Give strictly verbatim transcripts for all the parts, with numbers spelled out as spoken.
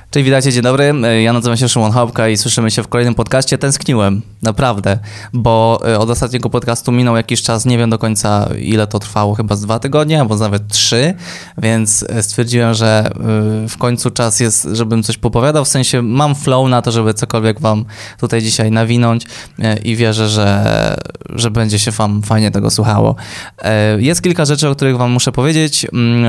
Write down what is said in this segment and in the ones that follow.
Cześć, witajcie, dzień dobry. Ja nazywam się Szymon Chałupka i słyszymy się w kolejnym podcaście. Tęskniłem, naprawdę, bo od ostatniego podcastu minął jakiś czas, nie wiem do końca ile to trwało, chyba z dwa tygodnie, albo nawet trzy, więc stwierdziłem, że w końcu czas jest, żebym coś popowiadał, w sensie mam flow na to, żeby cokolwiek wam tutaj dzisiaj nawinąć i wierzę, że, że będzie się wam fajnie tego słuchało. Jest kilka rzeczy, o których wam muszę powiedzieć.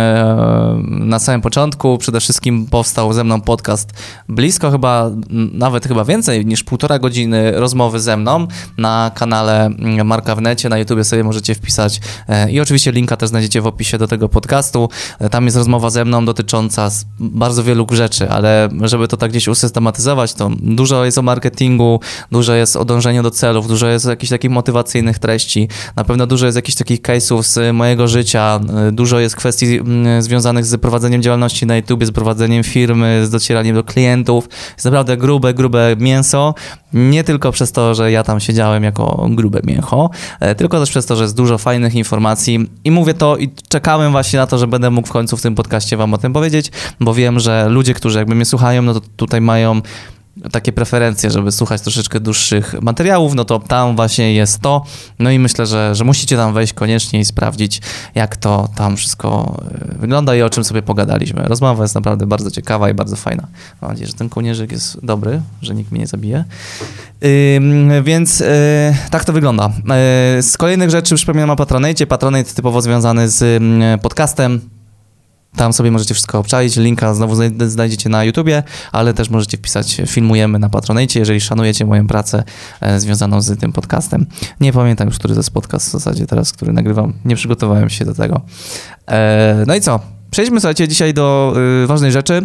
Na samym początku przede wszystkim powstał ze mną podcast blisko chyba, nawet chyba więcej niż półtora godziny rozmowy ze mną na kanale Marka w necie, na YouTubie sobie możecie wpisać i oczywiście linka też znajdziecie w opisie do tego podcastu. Tam jest rozmowa ze mną dotycząca bardzo wielu rzeczy, ale żeby to tak gdzieś usystematyzować, to dużo jest o marketingu, dużo jest o dążeniu do celów, dużo jest jakichś takich motywacyjnych treści, na pewno dużo jest jakichś takich case'ów z mojego życia, dużo jest kwestii związanych z prowadzeniem działalności na YouTubie, z prowadzeniem firmy, z docieraniem do klientów. Jest naprawdę grube, grube mięso. Nie tylko przez to, że ja tam siedziałem jako grube mięcho, tylko też przez to, że jest dużo fajnych informacji i mówię to i czekałem właśnie na to, że będę mógł w końcu w tym podcaście wam o tym powiedzieć, bo wiem, że ludzie, którzy jakby mnie słuchają, no to tutaj mają takie preferencje, żeby słuchać troszeczkę dłuższych materiałów, no to tam właśnie jest to. No i myślę, że, że musicie tam wejść koniecznie i sprawdzić, jak to tam wszystko wygląda i o czym sobie pogadaliśmy. Rozmowa jest naprawdę bardzo ciekawa i bardzo fajna. Mam nadzieję, że ten kołnierzyk jest dobry, że nikt mnie nie zabije. Yy, więc yy, tak to wygląda. Yy, z kolejnych rzeczy przypominam o Patronite. Patronite typowo związany z yy, podcastem. Tam sobie możecie wszystko obczaić, linka znowu znajdziecie na YouTubie, ale też możecie wpisać filmujemy na Patronite, jeżeli szanujecie moją pracę e, związaną z tym podcastem. Nie pamiętam już, który to jest podcast w zasadzie teraz, który nagrywam, nie przygotowałem się do tego. E, no i co? Przejdźmy, słuchajcie, dzisiaj do y, ważnej rzeczy,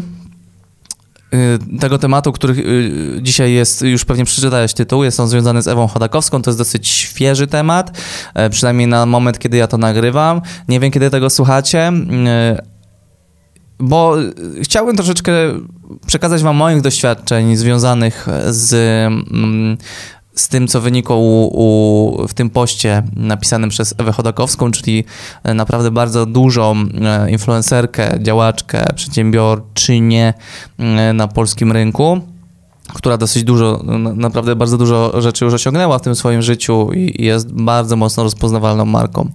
y, tego tematu, który y, dzisiaj jest, już pewnie przeczytałeś tytuł, jest on związany z Ewą Chodakowską, to jest dosyć świeży temat, e, przynajmniej na moment, kiedy ja to nagrywam. Nie wiem, kiedy tego słuchacie, y, bo chciałbym troszeczkę przekazać wam moich doświadczeń związanych z, z tym, co wynikło u, u, w tym poście napisanym przez Ewę Chodakowską, czyli naprawdę bardzo dużą influencerkę, działaczkę, przedsiębiorczynię na polskim rynku, która dosyć dużo, naprawdę bardzo dużo rzeczy już osiągnęła w tym swoim życiu i jest bardzo mocno rozpoznawalną marką.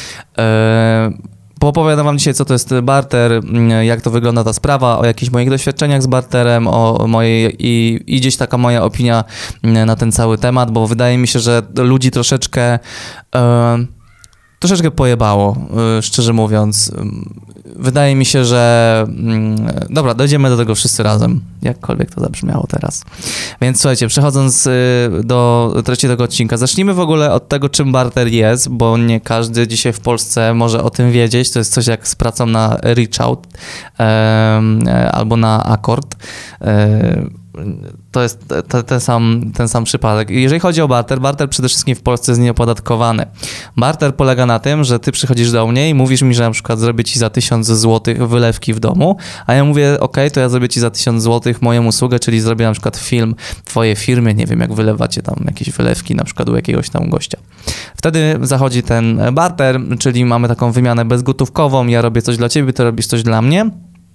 Poopowiadam wam dzisiaj, co to jest barter, jak to wygląda ta sprawa, o jakichś moich doświadczeniach z barterem, o mojej i, i gdzieś taka moja opinia na ten cały temat, bo wydaje mi się, że ludzi troszeczkę e, troszeczkę pojebało, e, szczerze mówiąc. Wydaje mi się, że dobra, dojdziemy do tego wszyscy razem, jakkolwiek to zabrzmiało teraz. Więc słuchajcie, przechodząc do treści tego odcinka, zacznijmy w ogóle od tego, czym barter jest, bo nie każdy dzisiaj w Polsce może o tym wiedzieć. To jest coś jak z pracą na reach out e, albo na akord. E, To jest te, ten, sam, ten sam przypadek. Jeżeli chodzi o barter, barter przede wszystkim w Polsce jest nieopodatkowany. Barter polega na tym, że ty przychodzisz do mnie i mówisz mi, że na przykład zrobię ci za tysiąc złotych wylewki w domu, a ja mówię, ok, to ja zrobię ci za tysiąc złotych moją usługę, czyli zrobię na przykład film w twojej firmie, nie wiem, jak wylewacie tam jakieś wylewki na przykład u jakiegoś tam gościa. Wtedy zachodzi ten barter, czyli mamy taką wymianę bezgotówkową, ja robię coś dla ciebie, ty robisz coś dla mnie.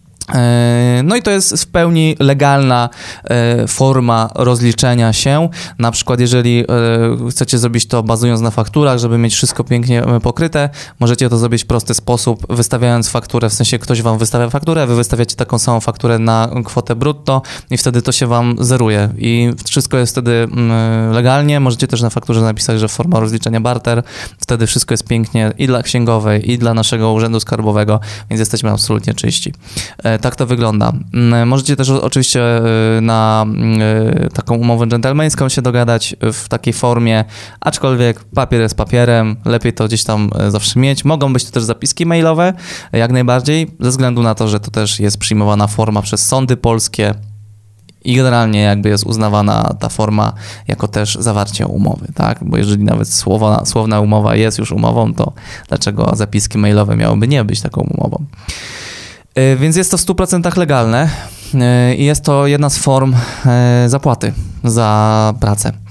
No i to jest w pełni legalna forma rozliczenia się. Na przykład jeżeli chcecie zrobić to bazując na fakturach, żeby mieć wszystko pięknie pokryte, możecie to zrobić w prosty sposób, wystawiając fakturę, w sensie ktoś wam wystawia fakturę, wy wystawiacie taką samą fakturę na kwotę brutto i wtedy to się wam zeruje i wszystko jest wtedy legalnie. Możecie też na fakturze napisać, że forma rozliczenia barter, wtedy wszystko jest pięknie i dla księgowej, i dla naszego urzędu skarbowego, więc jesteśmy absolutnie czyści. Tak to wygląda. Możecie też oczywiście na taką umowę dżentelmeńską się dogadać w takiej formie, aczkolwiek papier jest papierem, lepiej to gdzieś tam zawsze mieć. Mogą być to też zapiski mailowe, jak najbardziej, ze względu na to, że to też jest przyjmowana forma przez sądy polskie i generalnie jakby jest uznawana ta forma jako też zawarcie umowy, tak? Bo jeżeli nawet słowa, słowna umowa jest już umową, to dlaczego zapiski mailowe miałyby nie być taką umową? Więc jest to w stu procentach legalne i jest to jedna z form zapłaty za pracę.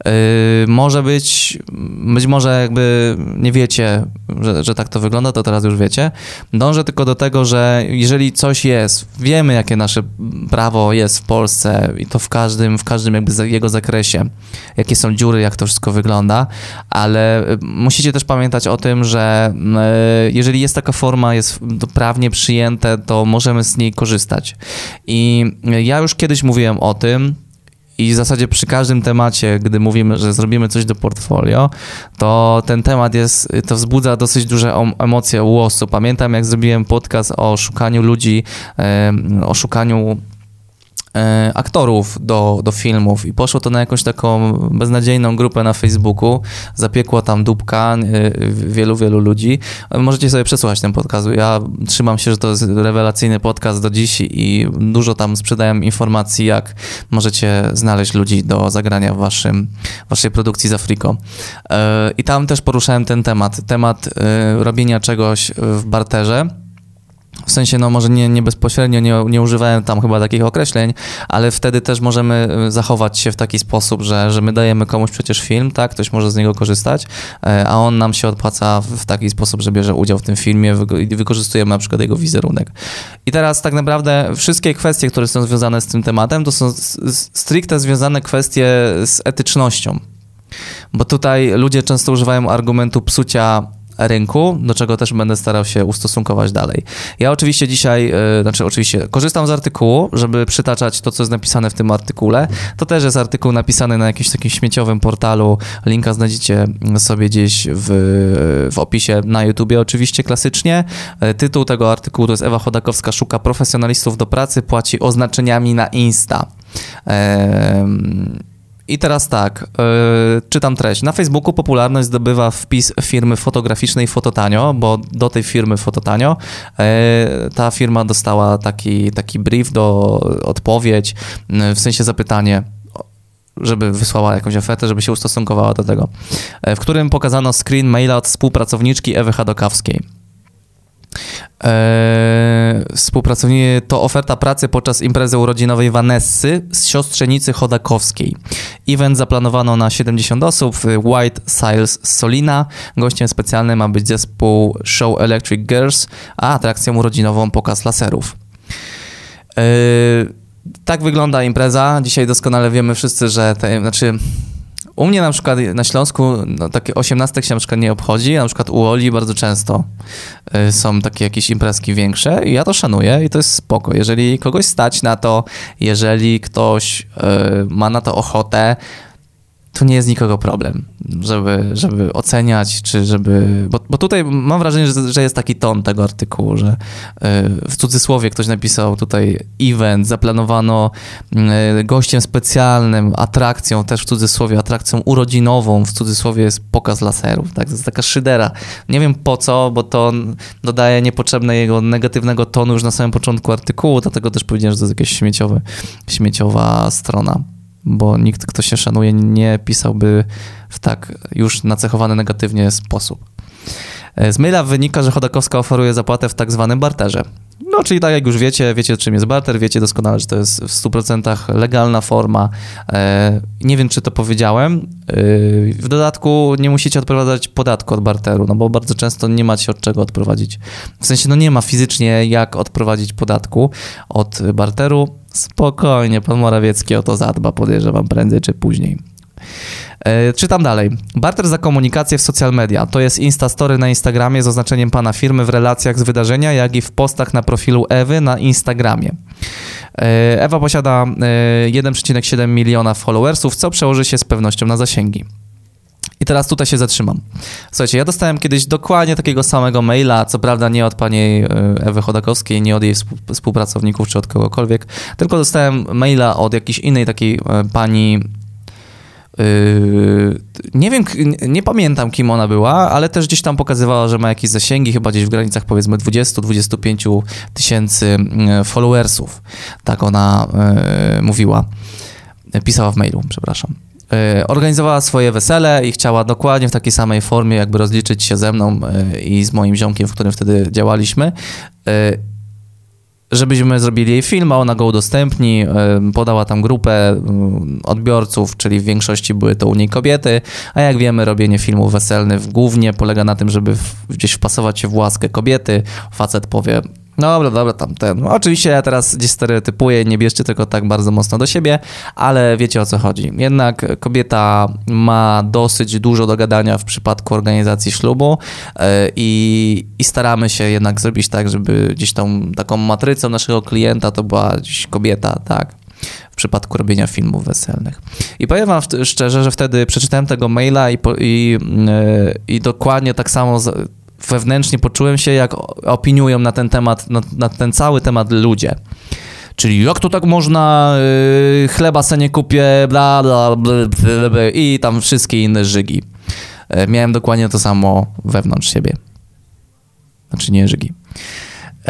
Może być, być może jakby nie wiecie, że, że tak to wygląda, to teraz już wiecie. Dążę tylko do tego, że jeżeli coś jest, wiemy jakie nasze prawo jest w Polsce i to w każdym, w każdym jakby jego zakresie, jakie są dziury, jak to wszystko wygląda, ale musicie też pamiętać o tym, że jeżeli jest taka forma, jest prawnie przyjęte, to możemy z niej korzystać. I ja już kiedyś mówiłem o tym, i w zasadzie przy każdym temacie, gdy mówimy, że zrobimy coś do portfolio, to ten temat jest, to wzbudza dosyć duże emocje u osób. Pamiętam, jak zrobiłem podcast o szukaniu ludzi, o szukaniu aktorów do, do filmów i poszło to na jakąś taką beznadziejną grupę na Facebooku, zapiekło tam dupka wielu, wielu ludzi. Możecie sobie przesłuchać ten podcast. Ja trzymam się, że to jest rewelacyjny podcast do dziś i dużo tam sprzedałem informacji, jak możecie znaleźć ludzi do zagrania w waszym, waszej produkcji z Afriko. I tam też poruszałem ten temat, temat robienia czegoś w barterze. W sensie, no może nie, nie bezpośrednio, nie, nie używałem tam chyba takich określeń, ale wtedy też możemy zachować się w taki sposób, że, że my dajemy komuś przecież film, tak, ktoś może z niego korzystać, a on nam się odpłaca w taki sposób, że bierze udział w tym filmie i wykorzystujemy na przykład jego wizerunek. I teraz tak naprawdę wszystkie kwestie, które są związane z tym tematem, to są stricte związane kwestie z etycznością, bo tutaj ludzie często używają argumentu psucia rynku, do czego też będę starał się ustosunkować dalej. Ja oczywiście dzisiaj, yy, znaczy oczywiście korzystam z artykułu, żeby przytaczać to, co jest napisane w tym artykule. To też jest artykuł napisany na jakimś takim śmieciowym portalu. Linka znajdziecie sobie gdzieś w, w opisie na YouTubie oczywiście klasycznie. Tytuł tego artykułu to jest Ewa Chodakowska szuka profesjonalistów do pracy, płaci oznaczeniami na Insta. Yy, I teraz tak, yy, czytam treść. Na Facebooku popularność zdobywa wpis firmy fotograficznej Fototanio, bo do tej firmy Fototanio yy, ta firma dostała taki, taki brief, do odpowiedź, yy, w sensie zapytanie, żeby wysłała jakąś ofertę, żeby się ustosunkowała do tego, yy, w którym pokazano screen maila od współpracowniczki Ewy Chodakowskiej. Eee, współpracownicy to oferta pracy podczas imprezy urodzinowej Vanessy z siostrzenicy Chodakowskiej. Event zaplanowano na siedemdziesiąt osób w White Sales Solina. Gościem specjalnym ma być zespół Show Electric Girls, a atrakcją urodzinową pokaz laserów. Eee, tak wygląda impreza. Dzisiaj doskonale wiemy wszyscy, że te, znaczy u mnie na przykład na Śląsku no, takie osiemnastek się na przykład nie obchodzi, na przykład u Oli bardzo często y, są takie jakieś imprezki większe i ja to szanuję i to jest spoko. Jeżeli kogoś stać na to, jeżeli ktoś y, ma na to ochotę, to nie jest nikogo problem, żeby, żeby oceniać, czy żeby... Bo, bo tutaj mam wrażenie, że, że jest taki ton tego artykułu, że y, w cudzysłowie ktoś napisał tutaj event, zaplanowano y, gościem specjalnym, atrakcją, też w cudzysłowie, atrakcją urodzinową, w cudzysłowie jest pokaz laserów, tak? To jest taka szydera. Nie wiem po co, bo to dodaje niepotrzebnego negatywnego tonu już na samym początku artykułu, dlatego też powiedziałem, że to jest jakaś śmieciowy, śmieciowa strona. Bo nikt, kto się szanuje, nie pisałby w tak już nacechowany negatywnie sposób. Z maila wynika, że Chodakowska oferuje zapłatę w tak zwanym barterze. No, czyli tak jak już wiecie, wiecie czym jest barter, wiecie doskonale, że to jest w stu procentach legalna forma. Nie wiem, czy to powiedziałem. W dodatku nie musicie odprowadzać podatku od barteru, no bo bardzo często nie macie od czego odprowadzić. W sensie, no nie ma fizycznie jak odprowadzić podatku od barteru. Spokojnie, pan Morawiecki o to zadba, podejrzewam, prędzej czy później. E, czytam dalej. Barter za komunikację w social media. To jest Instastory na Instagramie z oznaczeniem pana firmy w relacjach z wydarzenia, jak i w postach na profilu Ewy na Instagramie. E, Ewa posiada e, jeden przecinek siedem miliona followersów, co przełoży się z pewnością na zasięgi. I teraz tutaj się zatrzymam. Słuchajcie, ja dostałem kiedyś dokładnie takiego samego maila, co prawda nie od pani Ewy Chodakowskiej, nie od jej współpracowników czy od kogokolwiek, tylko dostałem maila od jakiejś innej takiej pani, yy, nie wiem, nie pamiętam kim ona była, ale też gdzieś tam pokazywała, że ma jakieś zasięgi, chyba gdzieś w granicach powiedzmy dwadzieścia do dwudziestu pięciu tysięcy followersów. Tak ona yy, mówiła, pisała w mailu, przepraszam. Organizowała swoje wesele i chciała dokładnie w takiej samej formie jakby rozliczyć się ze mną i z moim ziomkiem, w którym wtedy działaliśmy, żebyśmy zrobili jej film, a ona go udostępni, podała tam grupę odbiorców, czyli w większości były to u niej kobiety, a jak wiemy, robienie filmów weselnych głównie polega na tym, żeby gdzieś wpasować się w łaskę kobiety, facet powie: dobra, dobra, tam ten. No, oczywiście ja teraz gdzieś stereotypuję, nie bierzcie tego tak bardzo mocno do siebie, ale wiecie, o co chodzi. Jednak kobieta ma dosyć dużo do gadania w przypadku organizacji ślubu yy, i, i staramy się jednak zrobić tak, żeby gdzieś tą taką matrycą naszego klienta to była gdzieś kobieta, tak? W przypadku robienia filmów weselnych. I powiem wam szczerze, że wtedy przeczytałem tego maila i, i, yy, i dokładnie tak samo z, wewnętrznie poczułem się, jak opiniują na ten temat, na, na ten cały temat ludzie. Czyli jak to tak można, yy, chleba se nie kupię, bla, bla, bla, bla, bla i tam wszystkie inne żygi. Yy, miałem dokładnie to samo wewnątrz siebie. Znaczy nie żygi. Yy,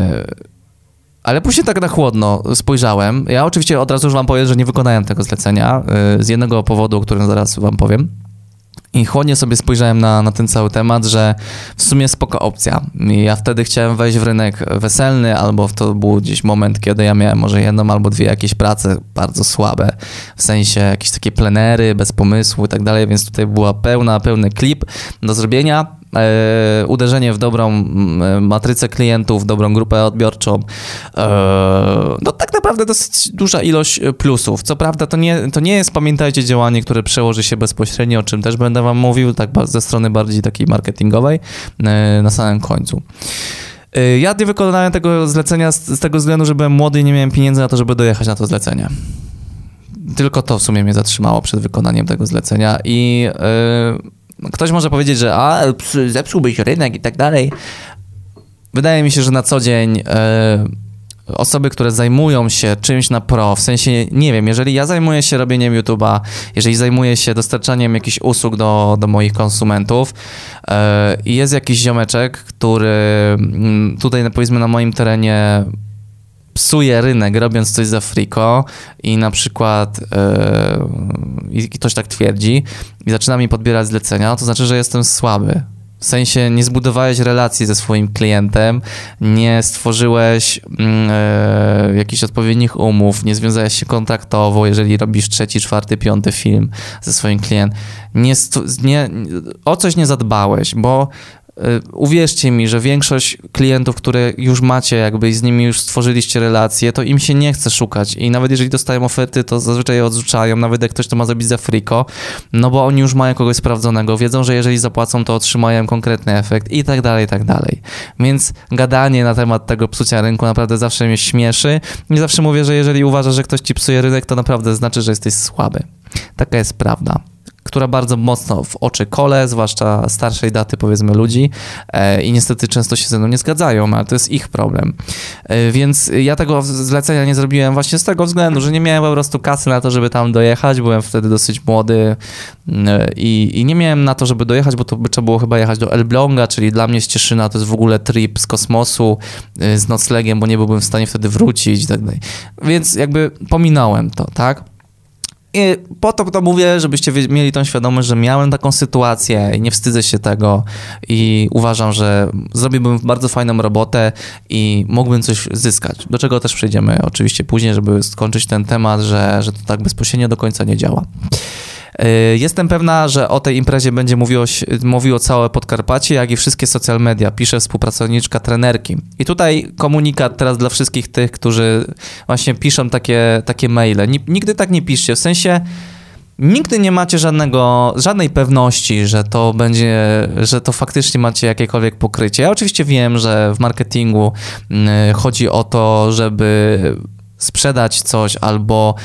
ale później tak na chłodno spojrzałem. Ja oczywiście od razu już wam powiem, że nie wykonałem tego zlecenia yy, z jednego powodu, o którym zaraz wam powiem. I chłodnie sobie spojrzałem na, na ten cały temat, że w sumie spoko opcja. I ja wtedy chciałem wejść w rynek weselny, albo to był gdzieś moment, kiedy ja miałem może jedną albo dwie jakieś prace bardzo słabe, w sensie jakieś takie plenery, bez pomysłu i tak dalej, więc tutaj była pełna, pełny klip do zrobienia. E, uderzenie w dobrą e, matrycę klientów, dobrą grupę odbiorczą. E, no tak naprawdę dosyć duża ilość plusów. Co prawda to nie, to nie jest, pamiętajcie, działanie, które przełoży się bezpośrednio, o czym też będę wam mówił, tak ze strony bardziej takiej marketingowej e, na samym końcu. E, ja nie wykonałem tego zlecenia z, z tego względu, że byłem młody i nie miałem pieniędzy na to, żeby dojechać na to zlecenie. Tylko to w sumie mnie zatrzymało przed wykonaniem tego zlecenia i e, ktoś może powiedzieć, że a, zepsułbyś rynek i tak dalej. Wydaje mi się, że na co dzień e, osoby, które zajmują się czymś na pro, w sensie, nie wiem, jeżeli ja zajmuję się robieniem YouTube'a, jeżeli zajmuję się dostarczaniem jakichś usług do, do moich konsumentów e, i jest jakiś ziomeczek, który tutaj, powiedzmy, na moim terenie psuje rynek, robiąc coś za friko i na przykład yy, i ktoś tak twierdzi i zaczyna mi podbierać zlecenia, to znaczy, że jestem słaby. W sensie nie zbudowałeś relacji ze swoim klientem, nie stworzyłeś yy, jakichś odpowiednich umów, nie związałeś się kontraktowo, jeżeli robisz trzeci, czwarty, piąty film ze swoim klientem. Nie, nie, o coś nie zadbałeś, bo uwierzcie mi, że większość klientów, które już macie, jakby z nimi już stworzyliście relacje, to im się nie chce szukać i nawet jeżeli dostają oferty, to zazwyczaj je odrzucają, nawet jak ktoś to ma zrobić za friko, no bo oni już mają kogoś sprawdzonego, wiedzą, że jeżeli zapłacą, to otrzymają konkretny efekt i tak dalej, i tak dalej. Więc gadanie na temat tego psucia rynku naprawdę zawsze mnie śmieszy i zawsze mówię, że jeżeli uważasz, że ktoś ci psuje rynek, to naprawdę znaczy, że jesteś słaby. Taka jest prawda, która bardzo mocno w oczy kole, zwłaszcza starszej daty, powiedzmy, ludzi e, i niestety często się ze mną nie zgadzają, ale to jest ich problem. E, więc ja tego zlecenia nie zrobiłem właśnie z tego względu, że nie miałem po prostu kasy na to, żeby tam dojechać, byłem wtedy dosyć młody e, i, i nie miałem na to, żeby dojechać, bo to by trzeba było chyba jechać do Elbląga, czyli dla mnie z Cieszyna to jest w ogóle trip z kosmosu, e, z noclegiem, bo nie byłbym w stanie wtedy wrócić i tak dalej. Więc jakby pominąłem to, tak? I po to, to mówię, żebyście mieli tą świadomość, że miałem taką sytuację i nie wstydzę się tego i uważam, że zrobiłbym bardzo fajną robotę i mógłbym coś zyskać. Do czego też przejdziemy oczywiście później, żeby skończyć ten temat, że, że to tak bezpośrednio do końca nie działa. Jestem pewna, że o tej imprezie będzie mówiło, mówiło całe Podkarpacie, jak i wszystkie social media, pisze współpracowniczka trenerki. I tutaj komunikat teraz dla wszystkich tych, którzy właśnie piszą takie, takie maile. Nigdy tak nie piszcie, w sensie nigdy nie macie żadnego, żadnej pewności, że to będzie, że to faktycznie macie jakiekolwiek pokrycie. Ja oczywiście wiem, że w marketingu chodzi o to, żeby sprzedać coś albo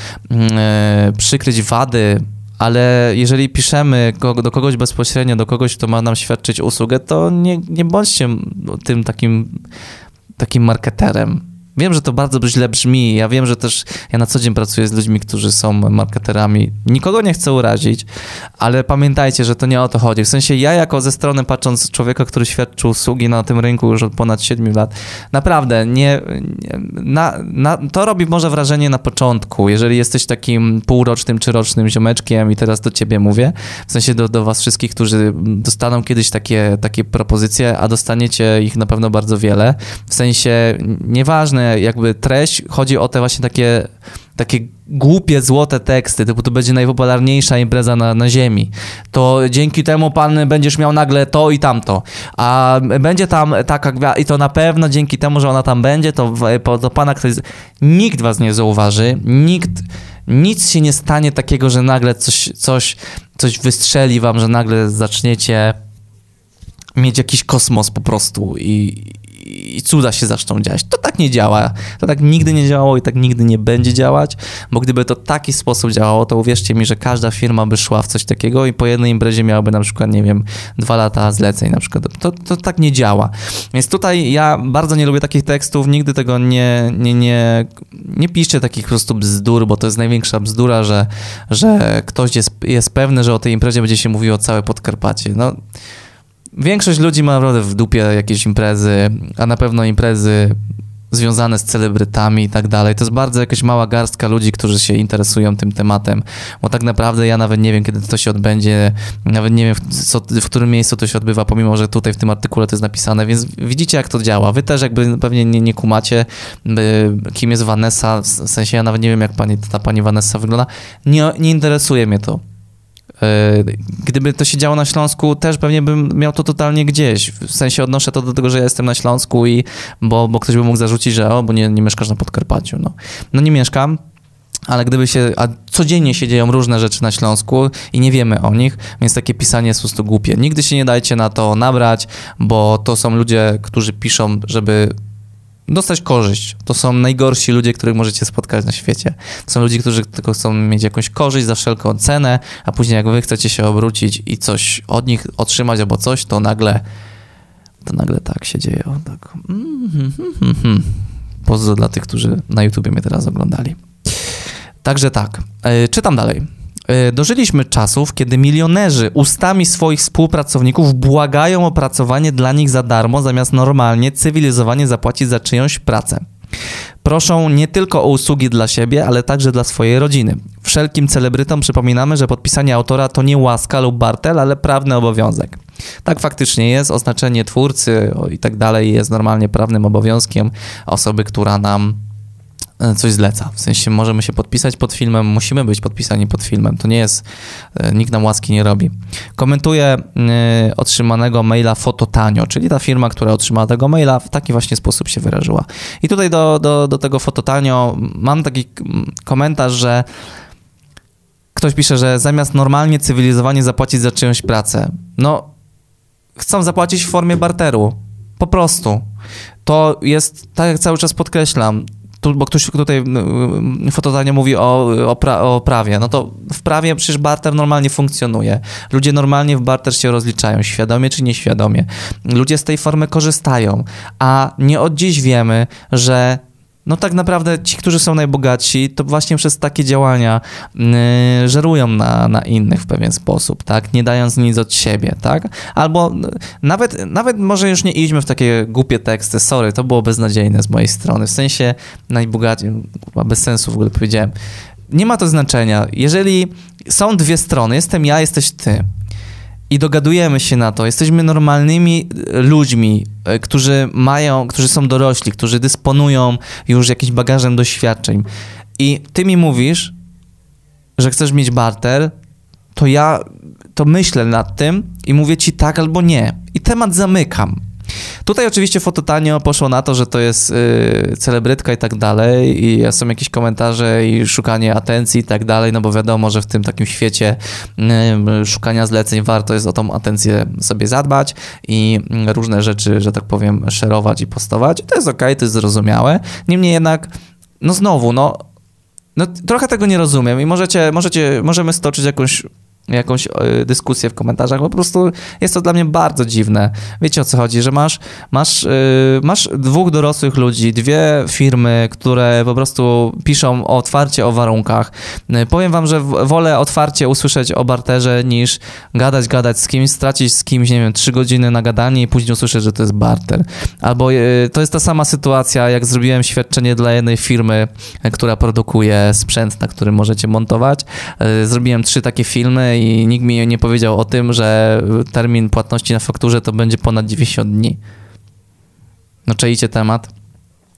przykryć wady, ale jeżeli piszemy do kogoś bezpośrednio, do kogoś, kto ma nam świadczyć usługę, to nie, nie bądźcie tym takim, takim marketerem. Wiem, że to bardzo źle brzmi, ja wiem, że też ja na co dzień pracuję z ludźmi, którzy są marketerami. Nikogo nie chcę urazić, ale pamiętajcie, że to nie o to chodzi. W sensie ja jako ze strony patrząc człowieka, który świadczy usługi na tym rynku już od ponad siedmiu lat, naprawdę nie, nie na, na, to robi może wrażenie na początku, jeżeli jesteś takim półrocznym czy rocznym ziomeczkiem i teraz do ciebie mówię, w sensie do, do was wszystkich, którzy dostaną kiedyś takie, takie propozycje, a dostaniecie ich na pewno bardzo wiele. W sensie nieważne główne jakby treść, chodzi o te właśnie takie, takie głupie, złote teksty, typu to będzie najpopularniejsza impreza na, na ziemi, to dzięki temu pan będziesz miał nagle to i tamto, a będzie tam taka gwiazda i to na pewno dzięki temu, że ona tam będzie, to, to pana ktoś... Nikt was nie zauważy, nikt... Nic się nie stanie takiego, że nagle coś, coś, coś wystrzeli wam, że nagle zaczniecie mieć jakiś kosmos po prostu i, i cuda się zaczną dziać. To tak nie działa. To tak nigdy nie działało i tak nigdy nie będzie działać, bo gdyby to w taki sposób działało, to uwierzcie mi, że każda firma by szła w coś takiego i po jednej imprezie miałaby na przykład, nie wiem, dwa lata zleceń na przykład. To, to tak nie działa. Więc tutaj ja bardzo nie lubię takich tekstów, nigdy tego nie, nie, nie, nie piszcie takich po prostu bzdur, bo to jest największa bzdura, że, że ktoś jest, jest pewny, że o tej imprezie będzie się mówiło całe Podkarpacie. No, większość ludzi ma naprawdę w dupie jakieś imprezy, a na pewno imprezy związane z celebrytami i tak dalej. To jest bardzo jakaś mała garstka ludzi, którzy się interesują tym tematem, bo tak naprawdę ja nawet nie wiem, kiedy to się odbędzie, nawet nie wiem, w, co, w którym miejscu to się odbywa, pomimo, że tutaj w tym artykule to jest napisane, więc widzicie, jak to działa. Wy też jakby pewnie nie, nie kumacie, kim jest Vanessa, w sensie ja nawet nie wiem, jak pani, ta pani Vanessa wygląda. Nie, nie interesuje mnie to. Gdyby to się działo na Śląsku, też pewnie bym miał to totalnie gdzieś. W sensie odnoszę to do tego, że ja jestem na Śląsku i bo, bo ktoś by mógł zarzucić, że o, bo nie, nie mieszkasz na Podkarpaciu. No. no nie mieszkam, ale gdyby się, a codziennie się dzieją różne rzeczy na Śląsku i nie wiemy o nich, więc takie pisanie jest po prostu głupie. Nigdy się nie dajcie na to nabrać, bo to są ludzie, którzy piszą, żeby dostać korzyść. To są najgorsi ludzie, których możecie spotkać na świecie. To są ludzie, którzy tylko chcą mieć jakąś korzyść za wszelką cenę, a później jak wy chcecie się obrócić i coś od nich otrzymać albo coś, to nagle to nagle tak się dzieje. O, tak. Mm-hmm. Pozdro dla tych, którzy na YouTubie mnie teraz oglądali. Także tak. Yy, czytam dalej. Dożyliśmy czasów, kiedy milionerzy ustami swoich współpracowników błagają o pracowanie dla nich za darmo, zamiast normalnie, cywilizowanie zapłacić za czyjąś pracę. Proszą nie tylko o usługi dla siebie, ale także dla swojej rodziny. Wszelkim celebrytom przypominamy, że podpisanie autora to nie łaska lub barter, ale prawny obowiązek. Tak faktycznie jest, oznaczenie twórcy i tak dalej jest normalnie prawnym obowiązkiem osoby, która nam coś zleca. W sensie możemy się podpisać pod filmem, musimy być podpisani pod filmem. To nie jest, nikt nam łaski nie robi. Komentuję y, otrzymanego maila Fototanio, czyli ta firma, która otrzymała tego maila, w taki właśnie sposób się wyrażyła. I tutaj do, do, do tego Fototanio mam taki komentarz, że ktoś pisze, że zamiast normalnie, cywilizowanie zapłacić za czyjąś pracę. No, chcą zapłacić w formie barteru. Po prostu. To jest, tak jak cały czas podkreślam, tu, bo ktoś tutaj Fototanio mówi o, o, pra, o prawie, no to w prawie przecież barter normalnie funkcjonuje. Ludzie normalnie w barter się rozliczają, świadomie czy nieświadomie. Ludzie z tej formy korzystają, a nie od dziś wiemy, że no tak naprawdę ci, którzy są najbogatsi, to właśnie przez takie działania yy, żerują na, na innych w pewien sposób, tak? Nie dając nic od siebie, tak? Albo nawet, nawet może już nie idźmy w takie głupie teksty, sorry, to było beznadziejne z mojej strony, w sensie najbogaci, bez sensu w ogóle powiedziałem. Nie ma to znaczenia. Jeżeli są dwie strony, jestem ja, jesteś ty, i dogadujemy się na to, jesteśmy normalnymi ludźmi, którzy mają, którzy są dorośli, którzy dysponują już jakimś bagażem doświadczeń i ty mi mówisz, że chcesz mieć barter, to ja to myślę nad tym i mówię ci tak albo nie i temat zamykam. Tutaj oczywiście Fototanio poszło na to, że to jest yy, celebrytka i tak dalej i są jakieś komentarze i szukanie atencji i tak dalej, no bo wiadomo, że w tym takim świecie yy, szukania zleceń warto jest o tą atencję sobie zadbać i yy, różne rzeczy, że tak powiem, szerować i postować. To jest okej, okay, to jest zrozumiałe. Niemniej jednak, no znowu, no, no trochę tego nie rozumiem i możecie, możecie, możemy stoczyć jakąś jakąś dyskusję w komentarzach, bo po prostu jest to dla mnie bardzo dziwne. Wiecie, o co chodzi, że masz, masz, yy, masz dwóch dorosłych ludzi, dwie firmy, które po prostu piszą otwarcie o warunkach. Yy, powiem wam, że wolę otwarcie usłyszeć o barterze niż gadać, gadać z kimś, stracić z kimś, nie wiem, trzy godziny na gadanie i później usłyszeć, że to jest barter. Albo yy, to jest ta sama sytuacja, jak zrobiłem świadczenie dla jednej firmy, yy, która produkuje sprzęt, na którym możecie montować. Yy, zrobiłem trzy takie filmy i nikt mi nie powiedział o tym, że termin płatności na fakturze to będzie ponad dziewięćdziesiąt dni. No czaicie temat?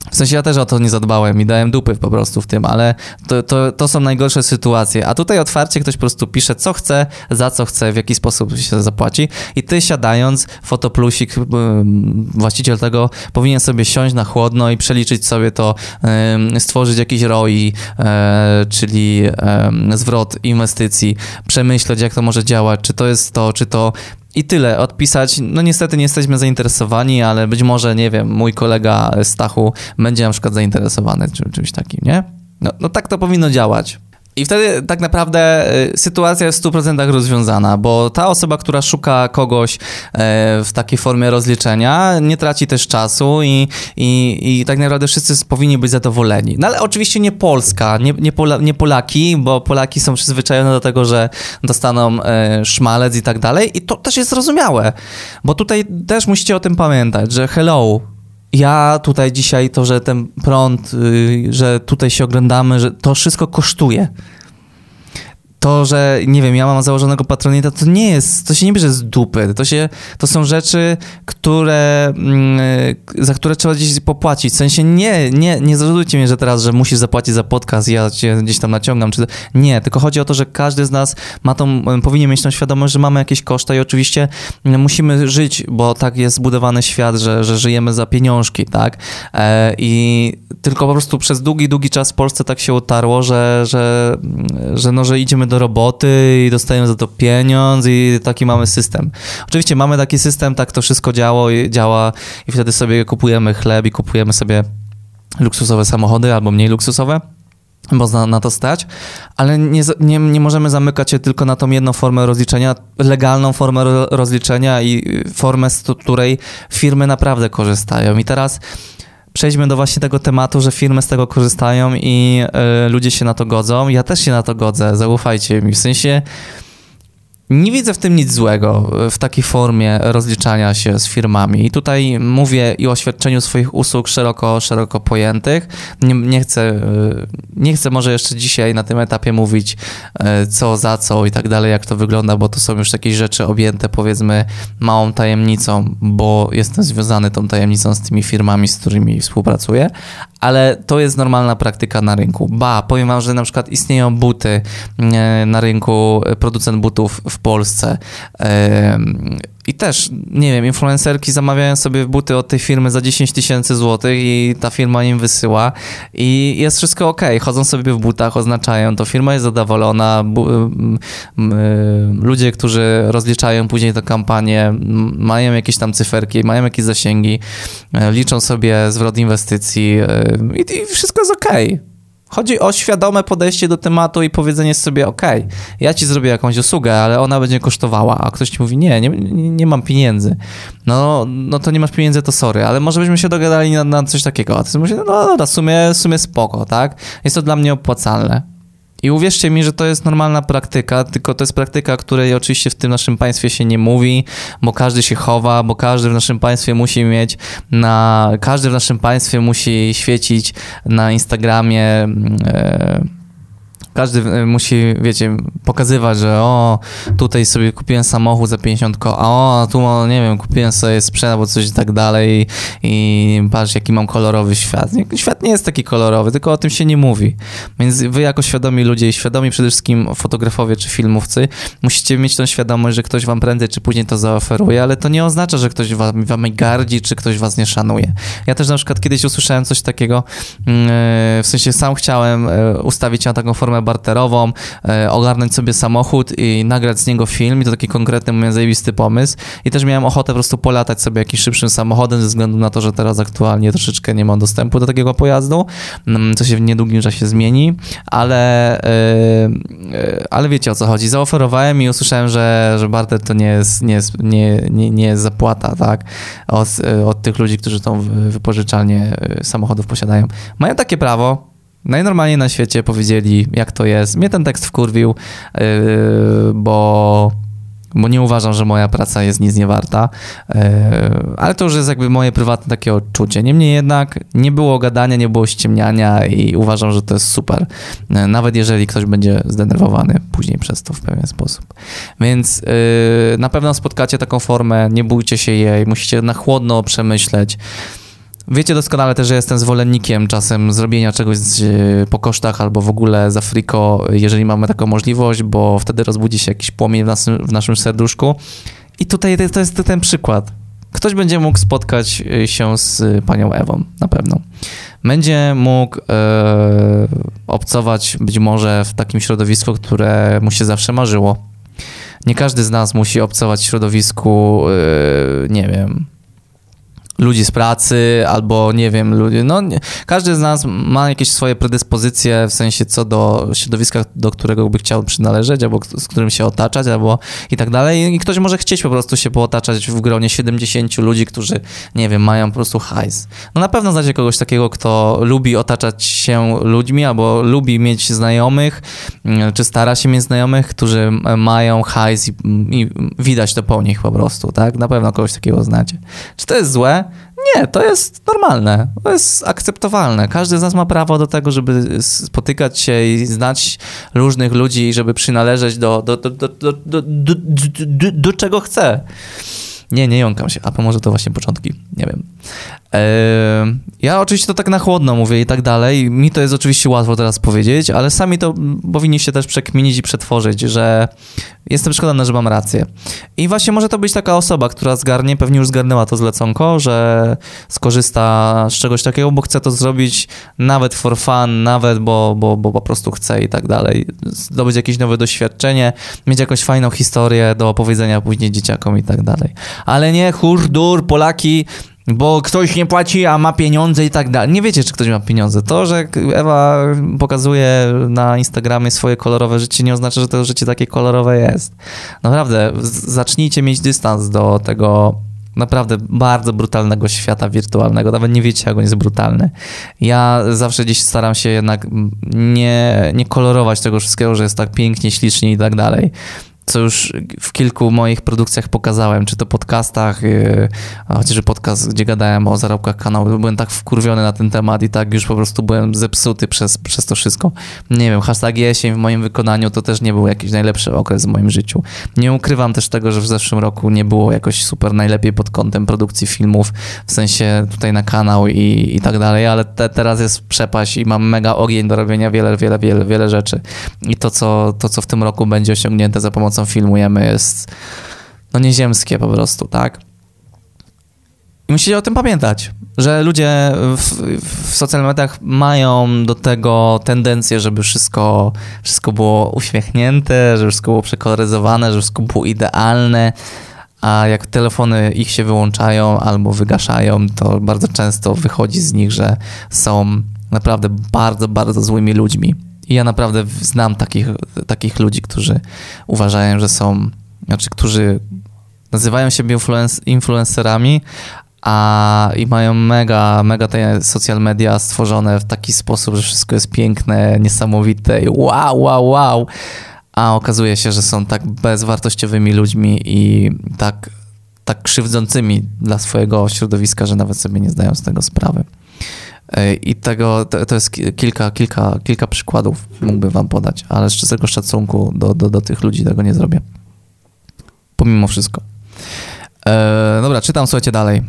W sensie ja też o to nie zadbałem i dałem dupy po prostu w tym, ale to, to, to są najgorsze sytuacje. A tutaj otwarcie ktoś po prostu pisze, co chce, za co chce, w jaki sposób się zapłaci i ty siadając, fotoplusik, właściciel tego powinien sobie siąść na chłodno i przeliczyć sobie to, stworzyć jakiś R O I, czyli zwrot inwestycji, przemyśleć, jak to może działać, czy to jest to, czy to... I tyle, odpisać, no niestety nie jesteśmy zainteresowani, ale być może, nie wiem, mój kolega Stachu będzie na przykład zainteresowany czym, czymś takim, nie? No, no tak to powinno działać. I wtedy tak naprawdę y, sytuacja jest w stu procentach rozwiązana, bo ta osoba, która szuka kogoś y, w takiej formie rozliczenia, nie traci też czasu i, i, i tak naprawdę wszyscy powinni być zadowoleni. No ale oczywiście nie Polska, nie, nie, Pola, nie Polaki, bo Polaki są przyzwyczajone do tego, że dostaną y, szmalec i tak dalej i to też jest zrozumiałe, bo tutaj też musicie o tym pamiętać, że hello, ja tutaj dzisiaj to, że ten prąd, yy, że tutaj się oglądamy, że to wszystko kosztuje. To, że nie wiem, ja mam założonego Patronite'a, to nie jest, to się nie bierze z dupy. To się, to są rzeczy, które, yy, za które trzeba gdzieś popłacić. W sensie nie, nie, nie zarzutujcie mnie, że teraz, że musisz zapłacić za podcast i ja cię gdzieś tam naciągam. Czy... Nie, tylko chodzi o to, że każdy z nas ma tą, powinien mieć tą świadomość, że mamy jakieś koszta i oczywiście musimy żyć, bo tak jest zbudowany świat, że, że żyjemy za pieniążki, tak? E, I tylko po prostu przez długi, długi czas w Polsce tak się utarło, że, że, że, no, że idziemy do roboty i dostajemy za to pieniądz i taki mamy system. Oczywiście mamy taki system, tak to wszystko działo i działa i wtedy sobie kupujemy chleb i kupujemy sobie luksusowe samochody albo mniej luksusowe, bo na, na to stać, ale nie, nie, nie możemy zamykać się tylko na tą jedną formę rozliczenia, legalną formę ro, rozliczenia i formę, z której firmy naprawdę korzystają. I teraz przejdźmy do właśnie tego tematu, że firmy z tego korzystają i y, ludzie się na to godzą. Ja też się na to godzę, zaufajcie mi. W sensie nie widzę w tym nic złego, w takiej formie rozliczania się z firmami. I tutaj mówię i o świadczeniu swoich usług szeroko, szeroko pojętych. Nie, nie chcę, nie chcę może jeszcze dzisiaj na tym etapie mówić co za co i tak dalej, jak to wygląda, bo to są już jakieś rzeczy objęte, powiedzmy, małą tajemnicą, bo jestem związany tą tajemnicą z tymi firmami, z którymi współpracuję, ale to jest normalna praktyka na rynku. Ba, powiem wam, że na przykład istnieją buty na rynku, producent butów w Polsce. I też, nie wiem, influencerki zamawiają sobie buty od tej firmy za dziesięć tysięcy złotych i ta firma im wysyła i jest wszystko okej. Chodzą sobie w butach, oznaczają to, firma jest zadowolona, bu- m- m- ludzie, którzy rozliczają później tę kampanię, mają jakieś tam cyferki, mają jakieś zasięgi, liczą sobie zwrot inwestycji i, i wszystko jest okej. Chodzi o świadome podejście do tematu i powiedzenie sobie, okej, okay, ja ci zrobię jakąś usługę, ale ona będzie kosztowała, a ktoś ci mówi, nie, nie, nie mam pieniędzy. No, no to nie masz pieniędzy, to sorry, ale może byśmy się dogadali na, na coś takiego. A ty mówisz, no dobra, w sumie, w sumie spoko, tak? Jest to dla mnie opłacalne. I uwierzcie mi, że to jest normalna praktyka, tylko to jest praktyka, której oczywiście w tym naszym państwie się nie mówi, bo każdy się chowa, bo każdy w naszym państwie musi mieć na, każdy w naszym państwie musi świecić na Instagramie, e, każdy musi, wiecie, pokazywać, że o, tutaj sobie kupiłem samochód za pięćdziesiąt ko, a o, tu, nie wiem, kupiłem sobie sprzęt albo coś i tak dalej i patrz, jaki mam kolorowy świat. Świat nie jest taki kolorowy, tylko o tym się nie mówi. Więc wy jako świadomi ludzie i świadomi przede wszystkim fotografowie czy filmowcy musicie mieć tą świadomość, że ktoś wam prędzej czy później to zaoferuje, ale to nie oznacza, że ktoś wam, wam gardzi, czy ktoś was nie szanuje. Ja też na przykład kiedyś usłyszałem coś takiego, w sensie sam chciałem ustawić na taką formę barterową, e, ogarnąć sobie samochód i nagrać z niego film i to taki konkretny, mój zajebisty pomysł i też miałem ochotę po prostu polatać sobie jakimś szybszym samochodem ze względu na to, że teraz aktualnie troszeczkę nie mam dostępu do takiego pojazdu, co się w niedługim czasie zmieni, ale e, e, ale wiecie, o co chodzi. Zaoferowałem i usłyszałem, że, że barter to nie jest, nie jest, nie, nie, nie jest zapłata, tak, od, od tych ludzi, którzy tą wypożyczalnię samochodów posiadają. Mają takie prawo. Najnormalniej na świecie powiedzieli, jak to jest. Mnie ten tekst wkurwił, yy, bo, bo nie uważam, że moja praca jest nic nie warta, yy, ale to już jest jakby moje prywatne takie odczucie. Niemniej jednak nie było gadania, nie było ściemniania i uważam, że to jest super. Yy, nawet jeżeli ktoś będzie zdenerwowany później przez to w pewien sposób. Więc yy, na pewno spotkacie taką formę, nie bójcie się jej, musicie na chłodno przemyśleć. Wiecie doskonale też, że jestem zwolennikiem czasem zrobienia czegoś po kosztach albo w ogóle za friko, jeżeli mamy taką możliwość, bo wtedy rozbudzi się jakiś płomień w, nas, w naszym serduszku. I tutaj to jest ten przykład. Ktoś będzie mógł spotkać się z panią Ewą, na pewno. Będzie mógł e, obcować być może w takim środowisku, które mu się zawsze marzyło. Nie każdy z nas musi obcować w środowisku, e, nie wiem, ludzi z pracy, albo nie wiem, ludzi, no nie, każdy z nas ma jakieś swoje predyspozycje, w sensie co do środowiska, do którego by chciał przynależeć, albo z którym się otaczać, albo i tak dalej. I ktoś może chcieć po prostu się pootaczać w gronie siedemdziesięciu ludzi, którzy, nie wiem, mają po prostu hajs. No na pewno znacie kogoś takiego, kto lubi otaczać się ludźmi, albo lubi mieć znajomych, czy stara się mieć znajomych, którzy mają hajs i, i widać to po nich po prostu, tak? Na pewno kogoś takiego znacie. Czy to jest złe? Nie, to jest normalne, to jest akceptowalne. Każdy z nas ma prawo do tego, żeby spotykać się i znać różnych ludzi i żeby przynależeć do, do, do, do, do, do, do, do, do czego chce. Nie, nie jąkam się, a może to właśnie początki, nie wiem. Eee, ja oczywiście to tak na chłodno mówię i tak dalej. Mi to jest oczywiście łatwo teraz powiedzieć, ale sami to powinniście też przekminić i przetworzyć, że jestem przekonany, że mam rację. I właśnie może to być taka osoba, która zgarnie, pewnie już zgarnęła to zleconko, że skorzysta z czegoś takiego, bo chce to zrobić nawet for fun, nawet bo, bo, bo po prostu chce i tak dalej. Zdobyć jakieś nowe doświadczenie, mieć jakąś fajną historię do opowiedzenia później dzieciakom i tak dalej. Ale nie hurdur, Polaki, bo ktoś nie płaci, a ma pieniądze i tak dalej. Nie wiecie, czy ktoś ma pieniądze. To, że Ewa pokazuje na Instagramie swoje kolorowe życie, nie oznacza, że to życie takie kolorowe jest. Naprawdę, zacznijcie mieć dystans do tego naprawdę bardzo brutalnego świata wirtualnego. Nawet nie wiecie, jak on jest brutalny. Ja zawsze gdzieś staram się jednak nie, nie kolorować tego wszystkiego, że jest tak pięknie, ślicznie i tak dalej. Co już w kilku moich produkcjach pokazałem, czy to podcastach, yy, chociażby podcast, gdzie gadałem o zarobkach kanału, byłem tak wkurwiony na ten temat i tak już po prostu byłem zepsuty przez, przez to wszystko. Nie wiem, hashtag jesień w moim wykonaniu to też nie był jakiś najlepszy okres w moim życiu. Nie ukrywam też tego, że w zeszłym roku nie było jakoś super najlepiej pod kątem produkcji filmów, w sensie tutaj na kanał i, i tak dalej, ale te, teraz jest przepaść i mam mega ogień do robienia wiele, wiele, wiele, wiele rzeczy. I to co, to, co w tym roku będzie osiągnięte za pomocą filmujemy, jest no nieziemskie po prostu, tak? I musicie o tym pamiętać, że ludzie w, w social mediach mają do tego tendencję, żeby wszystko, wszystko było uśmiechnięte, żeby wszystko było przekoloryzowane, żeby wszystko było idealne, a jak telefony ich się wyłączają albo wygaszają, to bardzo często wychodzi z nich, że są naprawdę bardzo, bardzo złymi ludźmi. I ja naprawdę znam takich, takich ludzi, którzy uważają, że są, znaczy, którzy nazywają siebie influenc- influencerami, a i mają mega, mega te social media stworzone w taki sposób, że wszystko jest piękne, niesamowite i wow, wow, wow, a okazuje się, że są tak bezwartościowymi ludźmi i tak, tak krzywdzącymi dla swojego środowiska, że nawet sobie nie zdają z tego sprawy. I tego, to, to jest kilka, kilka, kilka przykładów mógłbym wam podać, ale z czystego szacunku do, do, do tych ludzi tego nie zrobię. Pomimo wszystko. E, dobra, czytam, słuchajcie dalej.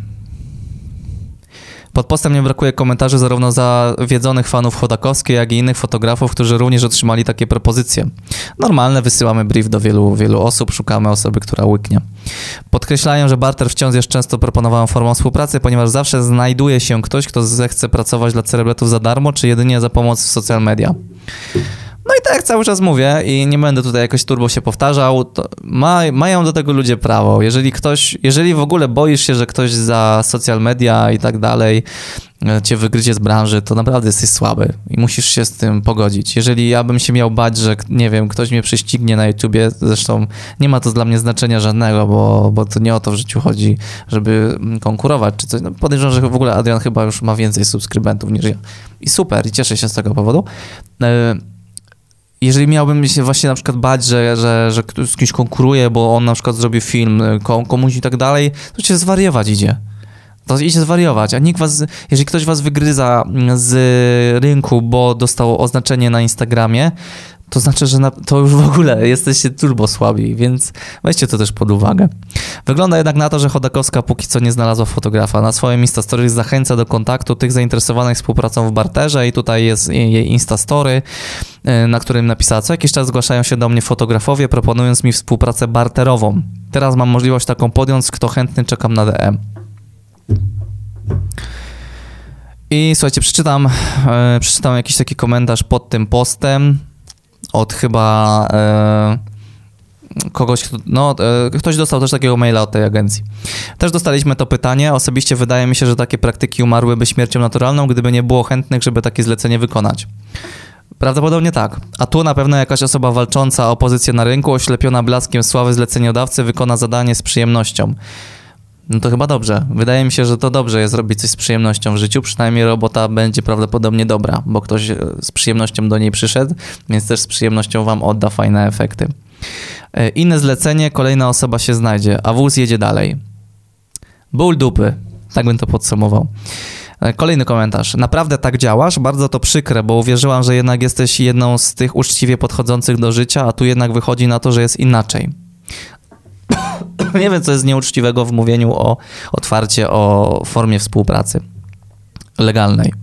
Pod postem nie brakuje komentarzy zarówno zawiedzonych fanów Chodakowskiej, jak i innych fotografów, którzy również otrzymali takie propozycje. Normalne, wysyłamy brief do wielu, wielu osób, szukamy osoby, która łyknie. Podkreślają, że barter wciąż jest często proponowaną formą współpracy, ponieważ zawsze znajduje się ktoś, kto zechce pracować dla cerebretów za darmo, czy jedynie za pomoc w social media. No i tak jak cały czas mówię i nie będę tutaj jakoś turbo się powtarzał, to ma, mają do tego ludzie prawo. Jeżeli ktoś, jeżeli w ogóle boisz się, że ktoś za social media i tak dalej cię wygryzie z branży, to naprawdę jesteś słaby i musisz się z tym pogodzić. Jeżeli ja bym się miał bać, że nie wiem, ktoś mnie prześcignie na YouTubie, zresztą nie ma to dla mnie znaczenia żadnego, bo, bo to nie o to w życiu chodzi, żeby konkurować czy coś. No podejrzewam, że w ogóle Adrian chyba już ma więcej subskrybentów niż ja. I super, i cieszę się z tego powodu. Jeżeli miałbym się właśnie na przykład bać, że, że, że ktoś z kimś konkuruje, bo on na przykład zrobi film komuś i tak dalej, to cię zwariować idzie. To idzie zwariować, a nikt was, jeżeli ktoś was wygryza z rynku, bo dostał oznaczenie na Instagramie, to znaczy, że na, to już w ogóle jesteście turbo słabi, więc weźcie to też pod uwagę. Wygląda jednak na to, że Chodakowska póki co nie znalazła fotografa. Na swoim Instastory zachęca do kontaktu tych zainteresowanych współpracą w barterze i tutaj jest jej Instastory, na którym napisała: co jakiś czas zgłaszają się do mnie fotografowie, proponując mi współpracę barterową. Teraz mam możliwość taką podjąć, kto chętny, czekam na D M. I słuchajcie, przeczytam, e, przeczytam jakiś taki komentarz pod tym postem od chyba e, kogoś, no e, ktoś dostał też takiego maila od tej agencji. Też dostaliśmy to pytanie. Osobiście wydaje mi się, że takie praktyki umarłyby śmiercią naturalną, gdyby nie było chętnych, żeby takie zlecenie wykonać. Prawdopodobnie tak. A tu na pewno jakaś osoba walcząca o pozycję na rynku, oślepiona blaskiem sławy zleceniodawcy, wykona zadanie z przyjemnością. No to chyba dobrze. Wydaje mi się, że to dobrze jest robić coś z przyjemnością w życiu. Przynajmniej robota będzie prawdopodobnie dobra, bo ktoś z przyjemnością do niej przyszedł, więc też z przyjemnością wam odda fajne efekty. Inne zlecenie, kolejna osoba się znajdzie, a wóz jedzie dalej. Ból dupy. Tak bym to podsumował. Kolejny komentarz. Naprawdę tak działasz? Bardzo to przykre, bo uwierzyłam, że jednak jesteś jedną z tych uczciwie podchodzących do życia, a tu jednak wychodzi na to, że jest inaczej. Nie wiem, co jest nieuczciwego w mówieniu o otwarcie o formie współpracy legalnej.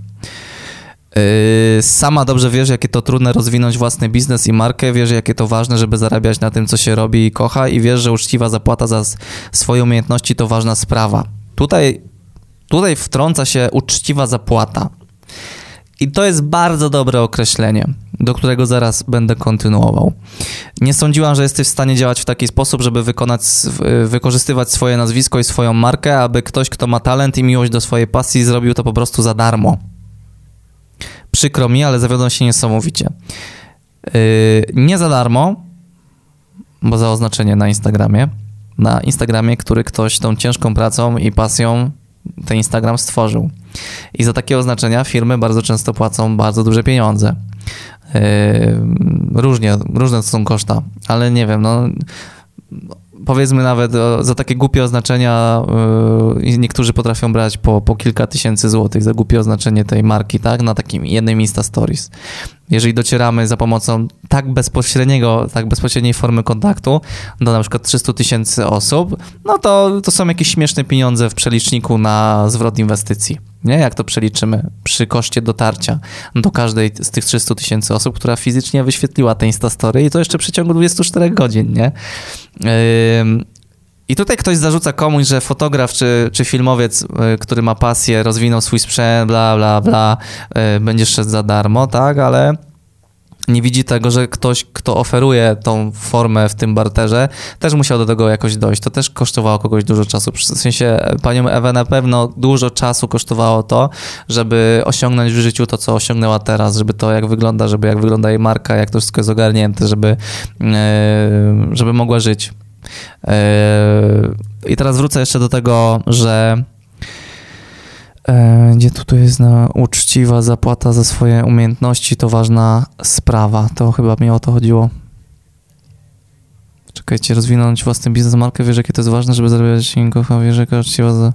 Yy, sama dobrze wiesz, jakie to trudne rozwinąć własny biznes i markę, wiesz, jakie to ważne, żeby zarabiać na tym, co się robi i kocha, i wiesz, że uczciwa zapłata za swoje umiejętności to ważna sprawa. Tutaj, tutaj wtrąca się uczciwa zapłata. I to jest bardzo dobre określenie, do którego zaraz będę kontynuował. Nie sądziłam, że jesteś w stanie działać w taki sposób, żeby wykonać, wykorzystywać swoje nazwisko i swoją markę, aby ktoś, kto ma talent i miłość do swojej pasji, zrobił to po prostu za darmo. Przykro mi, ale zawiodłem się niesamowicie. Yy, nie za darmo, bo za oznaczenie na Instagramie, na Instagramie, który ktoś tą ciężką pracą i pasją ten Instagram stworzył. I za takie oznaczenia firmy bardzo często płacą bardzo duże pieniądze. Yy, różnie, różne to są koszta, ale nie wiem, no powiedzmy nawet o, za takie głupie oznaczenia yy, niektórzy potrafią brać po, po kilka tysięcy złotych za głupie oznaczenie tej marki, tak, na takim jednym Insta Stories. Jeżeli docieramy za pomocą tak bezpośredniego, tak bezpośredniej formy kontaktu do na przykład trzysta tysięcy osób, no to, to są jakieś śmieszne pieniądze w przeliczniku na zwrot inwestycji. Nie? Jak to przeliczymy przy koszcie dotarcia do każdej z tych trzysta tysięcy osób, która fizycznie wyświetliła te Instastory, i to jeszcze w przeciągu dwudziestu czterech godzin, nie? Yy... I tutaj ktoś zarzuca komuś, że fotograf czy, czy filmowiec, który ma pasję, rozwinął swój sprzęt, bla, bla, bla, będzie szedł za darmo, tak, ale nie widzi tego, że ktoś, kto oferuje tą formę w tym barterze, też musiał do tego jakoś dojść. To też kosztowało kogoś dużo czasu. W sensie panią Ewę na pewno dużo czasu kosztowało to, żeby osiągnąć w życiu to, co osiągnęła teraz, żeby to, jak wygląda, żeby jak wygląda jej marka, jak to wszystko jest ogarnięte, żeby, żeby mogła żyć. I teraz wrócę jeszcze do tego, że gdzie tutaj jest na uczciwa zapłata za swoje umiejętności, to ważna sprawa. To chyba mi o to chodziło. Czekajcie, rozwinąć własny biznes, markę, wiesz, jakie to jest ważne, żeby zarabiać kocha, wiesz, jaka uczciwa za...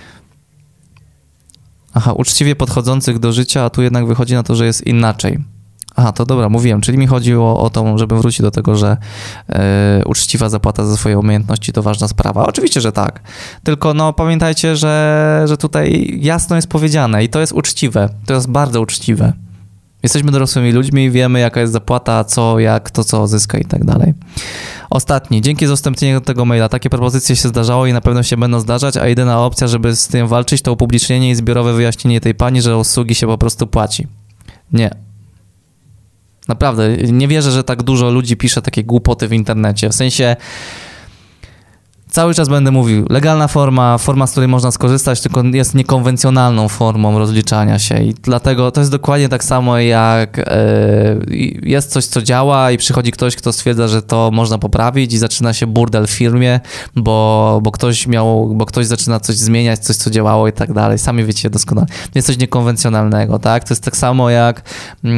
Aha, uczciwie podchodzących do życia, a tu jednak wychodzi na to, że jest inaczej. Aha, to dobra, mówiłem, czyli mi chodziło o to, żeby wrócić do tego, że yy, uczciwa zapłata za swoje umiejętności to ważna sprawa. Oczywiście, że tak. Tylko no pamiętajcie, że, że tutaj jasno jest powiedziane i to jest uczciwe. To jest bardzo uczciwe. Jesteśmy dorosłymi ludźmi, wiemy, jaka jest zapłata, co, jak, to co zyska i tak dalej. Ostatni. Dzięki za udostępnienie tego maila. Takie propozycje się zdarzało i na pewno się będą zdarzać, a jedyna opcja, żeby z tym walczyć, to upublicznienie i zbiorowe wyjaśnienie tej pani, że usługi się po prostu płaci. Nie. Naprawdę, nie wierzę, że tak dużo ludzi pisze takie głupoty w internecie. W sensie cały czas będę mówił, legalna forma, forma, z której można skorzystać, tylko jest niekonwencjonalną formą rozliczania się i dlatego to jest dokładnie tak samo jak yy, jest coś, co działa i przychodzi ktoś, kto stwierdza, że to można poprawić i zaczyna się burdel w firmie, bo, bo ktoś miał, bo ktoś zaczyna coś zmieniać, coś, co działało i tak dalej. Sami wiecie doskonale. Jest coś niekonwencjonalnego, tak? To jest tak samo jak... Yy,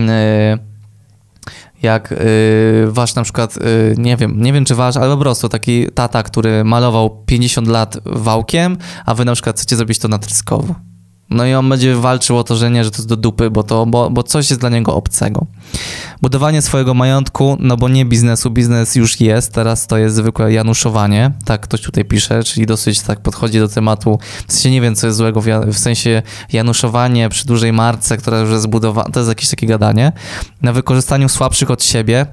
jak yy, wasz na przykład, yy, nie wiem, nie wiem czy wasz, ale po prostu taki tata, który malował pięćdziesiąt lat wałkiem, a wy na przykład chcecie zrobić to na tryskowo. No i on będzie walczył o to, że nie, że to jest do dupy, bo, to, bo, bo coś jest dla niego obcego. Budowanie swojego majątku, no bo nie biznesu, biznes już jest, teraz to jest zwykłe januszowanie, tak ktoś tutaj pisze, czyli dosyć tak podchodzi do tematu, w sensie nie wiem, co jest złego, w, w sensie januszowanie przy dużej marce, która już jest zbudowana, to jest jakieś takie gadanie, na wykorzystaniu słabszych od siebie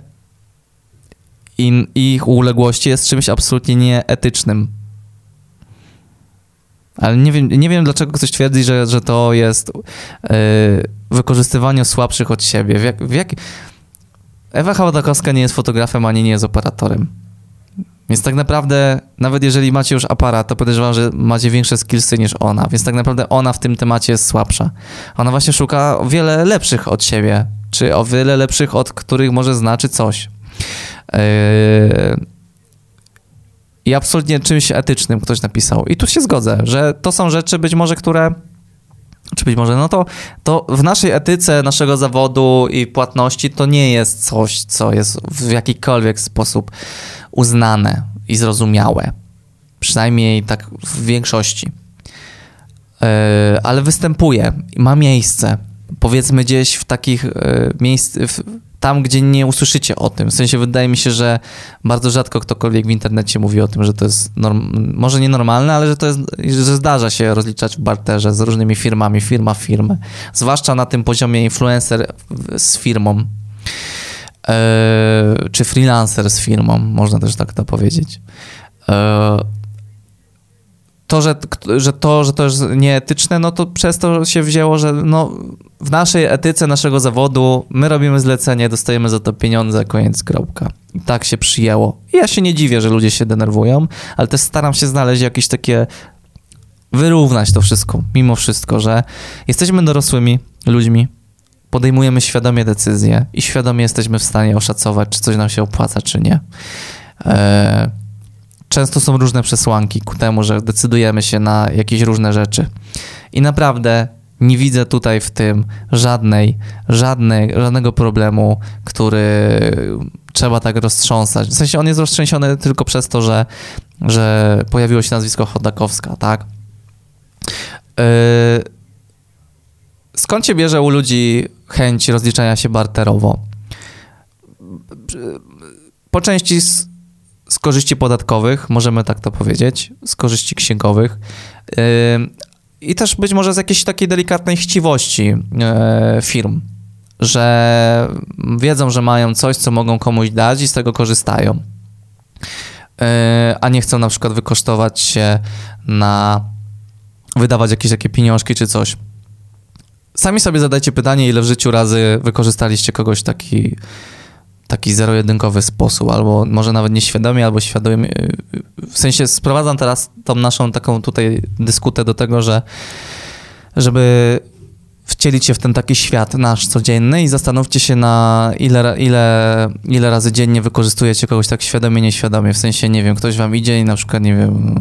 i ich uległości jest czymś absolutnie nieetycznym. Ale nie wiem, nie wiem dlaczego ktoś twierdzi, że, że to jest yy, wykorzystywanie słabszych od siebie. W jak, w jak... Ewa Chałodakowska nie jest fotografem, ani nie jest operatorem. Więc tak naprawdę, nawet jeżeli macie już aparat, to podejrzewam, że macie większe skillsy niż ona. Więc tak naprawdę ona w tym temacie jest słabsza. Ona właśnie szuka o wiele lepszych od siebie, czy o wiele lepszych, od których może znaczy coś. Yy... I absolutnie czymś etycznym ktoś napisał. I tu się zgodzę, że to są rzeczy być może, które... Czy być może, no to, to w naszej etyce naszego zawodu i płatności to nie jest coś, co jest w jakikolwiek sposób uznane i zrozumiałe. Przynajmniej tak w większości. Yy, ale występuje i ma miejsce. Powiedzmy gdzieś w takich yy, miejscach, tam, gdzie nie usłyszycie o tym. W sensie wydaje mi się, że bardzo rzadko ktokolwiek w internecie mówi o tym, że to jest norm- może nie normalne, ale że to jest, że zdarza się rozliczać w barterze z różnymi firmami, firma firmy. Zwłaszcza na tym poziomie influencer z firmą. Yy, czy freelancer z firmą, można też tak to powiedzieć. Yy, To że, że to, że to jest nieetyczne, no to przez to się wzięło, że no, w naszej etyce naszego zawodu my robimy zlecenie, dostajemy za to pieniądze, koniec, kropka. I tak się przyjęło. I ja się nie dziwię, że ludzie się denerwują, ale też staram się znaleźć jakieś takie, wyrównać to wszystko, mimo wszystko, że jesteśmy dorosłymi ludźmi, podejmujemy świadomie decyzje i świadomie jesteśmy w stanie oszacować, czy coś nam się opłaca, czy nie. Eee, Często są różne przesłanki ku temu, że decydujemy się na jakieś różne rzeczy. I naprawdę nie widzę tutaj w tym żadnej, żadnej, żadnego problemu, który trzeba tak roztrząsać. W sensie on jest roztrzęsiony tylko przez to, że, że pojawiło się nazwisko Chodakowska, tak? Yy... Skąd się bierze u ludzi chęć rozliczania się barterowo? Po części z z korzyści podatkowych, możemy tak to powiedzieć, z korzyści księgowych yy, i też być może z jakiejś takiej delikatnej chciwości yy, firm, że wiedzą, że mają coś, co mogą komuś dać i z tego korzystają, yy, a nie chcą na przykład wykosztować się na wydawać jakieś takie pieniążki czy coś. Sami sobie zadajcie pytanie, ile w życiu razy wykorzystaliście kogoś taki taki zero-jedynkowy sposób, albo może nawet nieświadomie, albo świadomie. W sensie sprowadzam teraz tą naszą taką tutaj dyskutę do tego, że żeby wcielić się w ten taki świat nasz codzienny i zastanówcie się na ile, ile, ile razy dziennie wykorzystujecie kogoś tak świadomie, nieświadomie. W sensie, nie wiem, ktoś wam idzie i na przykład, nie wiem,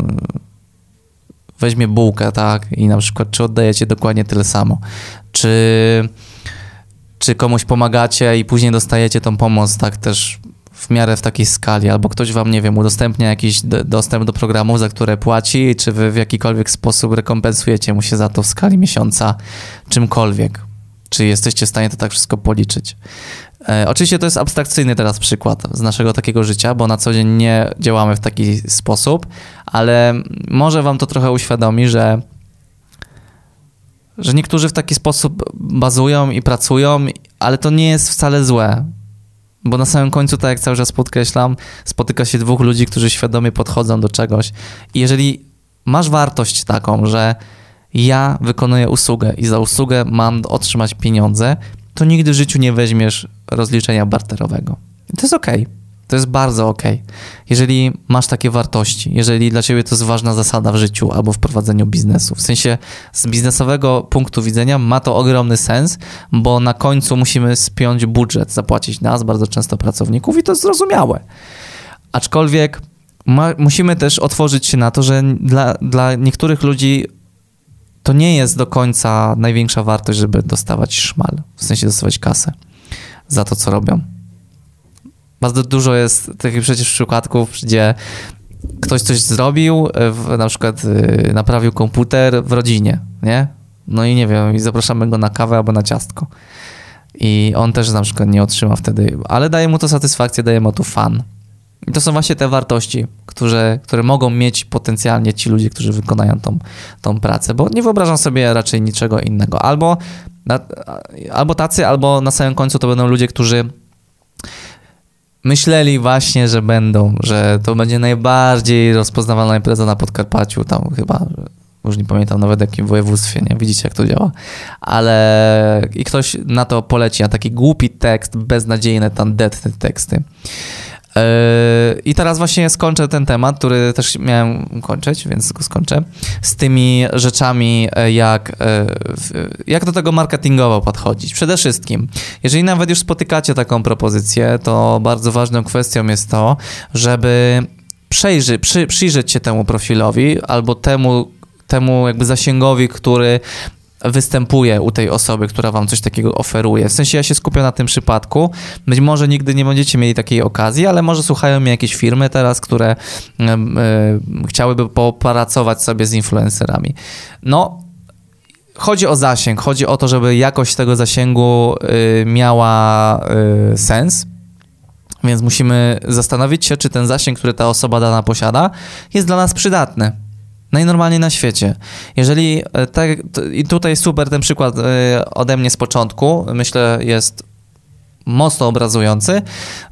weźmie bułkę, tak, i na przykład czy oddajecie dokładnie tyle samo, czy czy komuś pomagacie i później dostajecie tą pomoc tak też w miarę w takiej skali, albo ktoś wam, nie wiem, udostępnia jakiś d- dostęp do programów, za które płaci, czy wy w jakikolwiek sposób rekompensujecie mu się za to w skali miesiąca czymkolwiek. Czy jesteście w stanie to tak wszystko policzyć? E, oczywiście to jest abstrakcyjny teraz przykład z naszego takiego życia, bo na co dzień nie działamy w taki sposób, ale może wam to trochę uświadomi, że że niektórzy w taki sposób bazują i pracują, ale to nie jest wcale złe, bo na samym końcu, tak jak cały czas podkreślam, spotyka się dwóch ludzi, którzy świadomie podchodzą do czegoś i jeżeli masz wartość taką, że ja wykonuję usługę i za usługę mam otrzymać pieniądze, to nigdy w życiu nie weźmiesz rozliczenia barterowego. I to jest okej. Okay. To jest bardzo okej. Okay. Jeżeli masz takie wartości, jeżeli dla ciebie to jest ważna zasada w życiu albo w prowadzeniu biznesu. W sensie z biznesowego punktu widzenia ma to ogromny sens, bo na końcu musimy spiąć budżet, zapłacić nas, bardzo często pracowników i to jest zrozumiałe. Aczkolwiek ma, musimy też otworzyć się na to, że dla, dla niektórych ludzi to nie jest do końca największa wartość, żeby dostawać szmal, w sensie dostawać kasę za to, co robią. Bardzo dużo jest takich przecież przypadków, gdzie ktoś coś zrobił, w, na przykład y, naprawił komputer w rodzinie, nie? No i nie wiem, i zapraszamy go na kawę albo na ciastko. I on też na przykład nie otrzyma wtedy, ale daje mu to satysfakcję, daje mu to fan. I to są właśnie te wartości, które, które mogą mieć potencjalnie ci ludzie, którzy wykonają tą, tą pracę, bo nie wyobrażam sobie raczej niczego innego. Albo, albo tacy, albo na samym końcu to będą ludzie, którzy myśleli właśnie, że będą, że to będzie najbardziej rozpoznawalna impreza na Podkarpaciu, tam chyba, już nie pamiętam nawet w jakim województwie, nie? Widzicie, jak to działa. Ale i ktoś na to poleci, a taki głupi tekst, beznadziejne, tandetne teksty. I teraz właśnie skończę ten temat, który też miałem kończyć, więc go skończę, z tymi rzeczami, jak, jak do tego marketingowo podchodzić. Przede wszystkim, jeżeli nawet już spotykacie taką propozycję, to bardzo ważną kwestią jest to, żeby przejrzy, przy, przyjrzeć się temu profilowi albo temu, temu jakby zasięgowi, który występuje u tej osoby, która wam coś takiego oferuje. W sensie ja się skupię na tym przypadku. Być może nigdy nie będziecie mieli takiej okazji, ale może słuchają mnie jakieś firmy teraz, które y, y, chciałyby popracować sobie z influencerami. No, chodzi o zasięg. Chodzi o to, żeby jakość tego zasięgu y, miała y, sens. Więc musimy zastanowić się, czy ten zasięg, który ta osoba dana posiada, jest dla nas przydatny. Najnormalniej na świecie. Jeżeli tak, i tutaj super ten przykład ode mnie z początku, myślę, jest mocno obrazujący,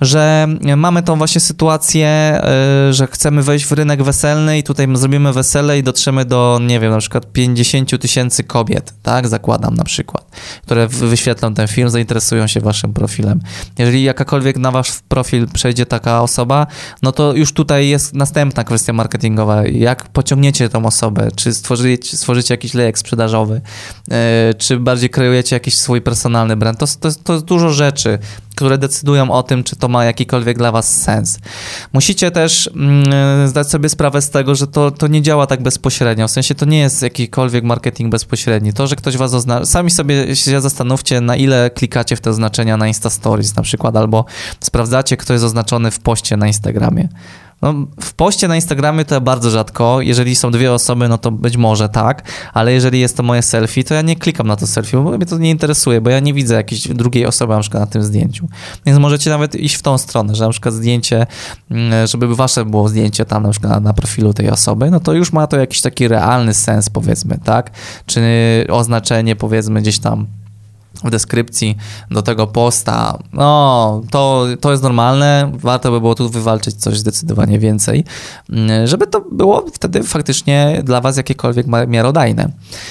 że mamy tą właśnie sytuację, że chcemy wejść w rynek weselny i tutaj zrobimy wesele i dotrzemy do, nie wiem, na przykład pięćdziesiąt tysięcy kobiet, tak, zakładam na przykład, które wyświetlą ten film, zainteresują się waszym profilem. Jeżeli jakakolwiek na wasz profil przejdzie taka osoba, no to już tutaj jest następna kwestia marketingowa. Jak pociągniecie tą osobę? Czy stworzycie, stworzycie jakiś lejek sprzedażowy? Yy, czy bardziej kreujecie jakiś swój personalny brand? To, to, to jest dużo rzeczy, które decydują o tym, czy to ma jakikolwiek dla was sens. Musicie też mm, zdać sobie sprawę z tego, że to, to nie działa tak bezpośrednio, w sensie to nie jest jakikolwiek marketing bezpośredni. To, że ktoś was oznacza, sami sobie się zastanówcie, na ile klikacie w te oznaczenia na Insta Stories na przykład, albo sprawdzacie, kto jest oznaczony w poście na Instagramie. No, w poście na Instagramie to bardzo rzadko, jeżeli są dwie osoby, no to być może tak, ale jeżeli jest to moje selfie, to ja nie klikam na to selfie, bo mnie to nie interesuje, bo ja nie widzę jakiejś drugiej osoby na przykład na tym zdjęciu. Więc możecie nawet iść w tą stronę, że na przykład zdjęcie, żeby wasze było zdjęcie tam na przykład na profilu tej osoby, no to już ma to jakiś taki realny sens, powiedzmy, tak? Czy oznaczenie, powiedzmy, gdzieś tam w deskrypcji do tego posta, no to, to jest normalne, warto by było tu wywalczyć coś zdecydowanie więcej, żeby to było wtedy faktycznie dla was jakiekolwiek miarodajne.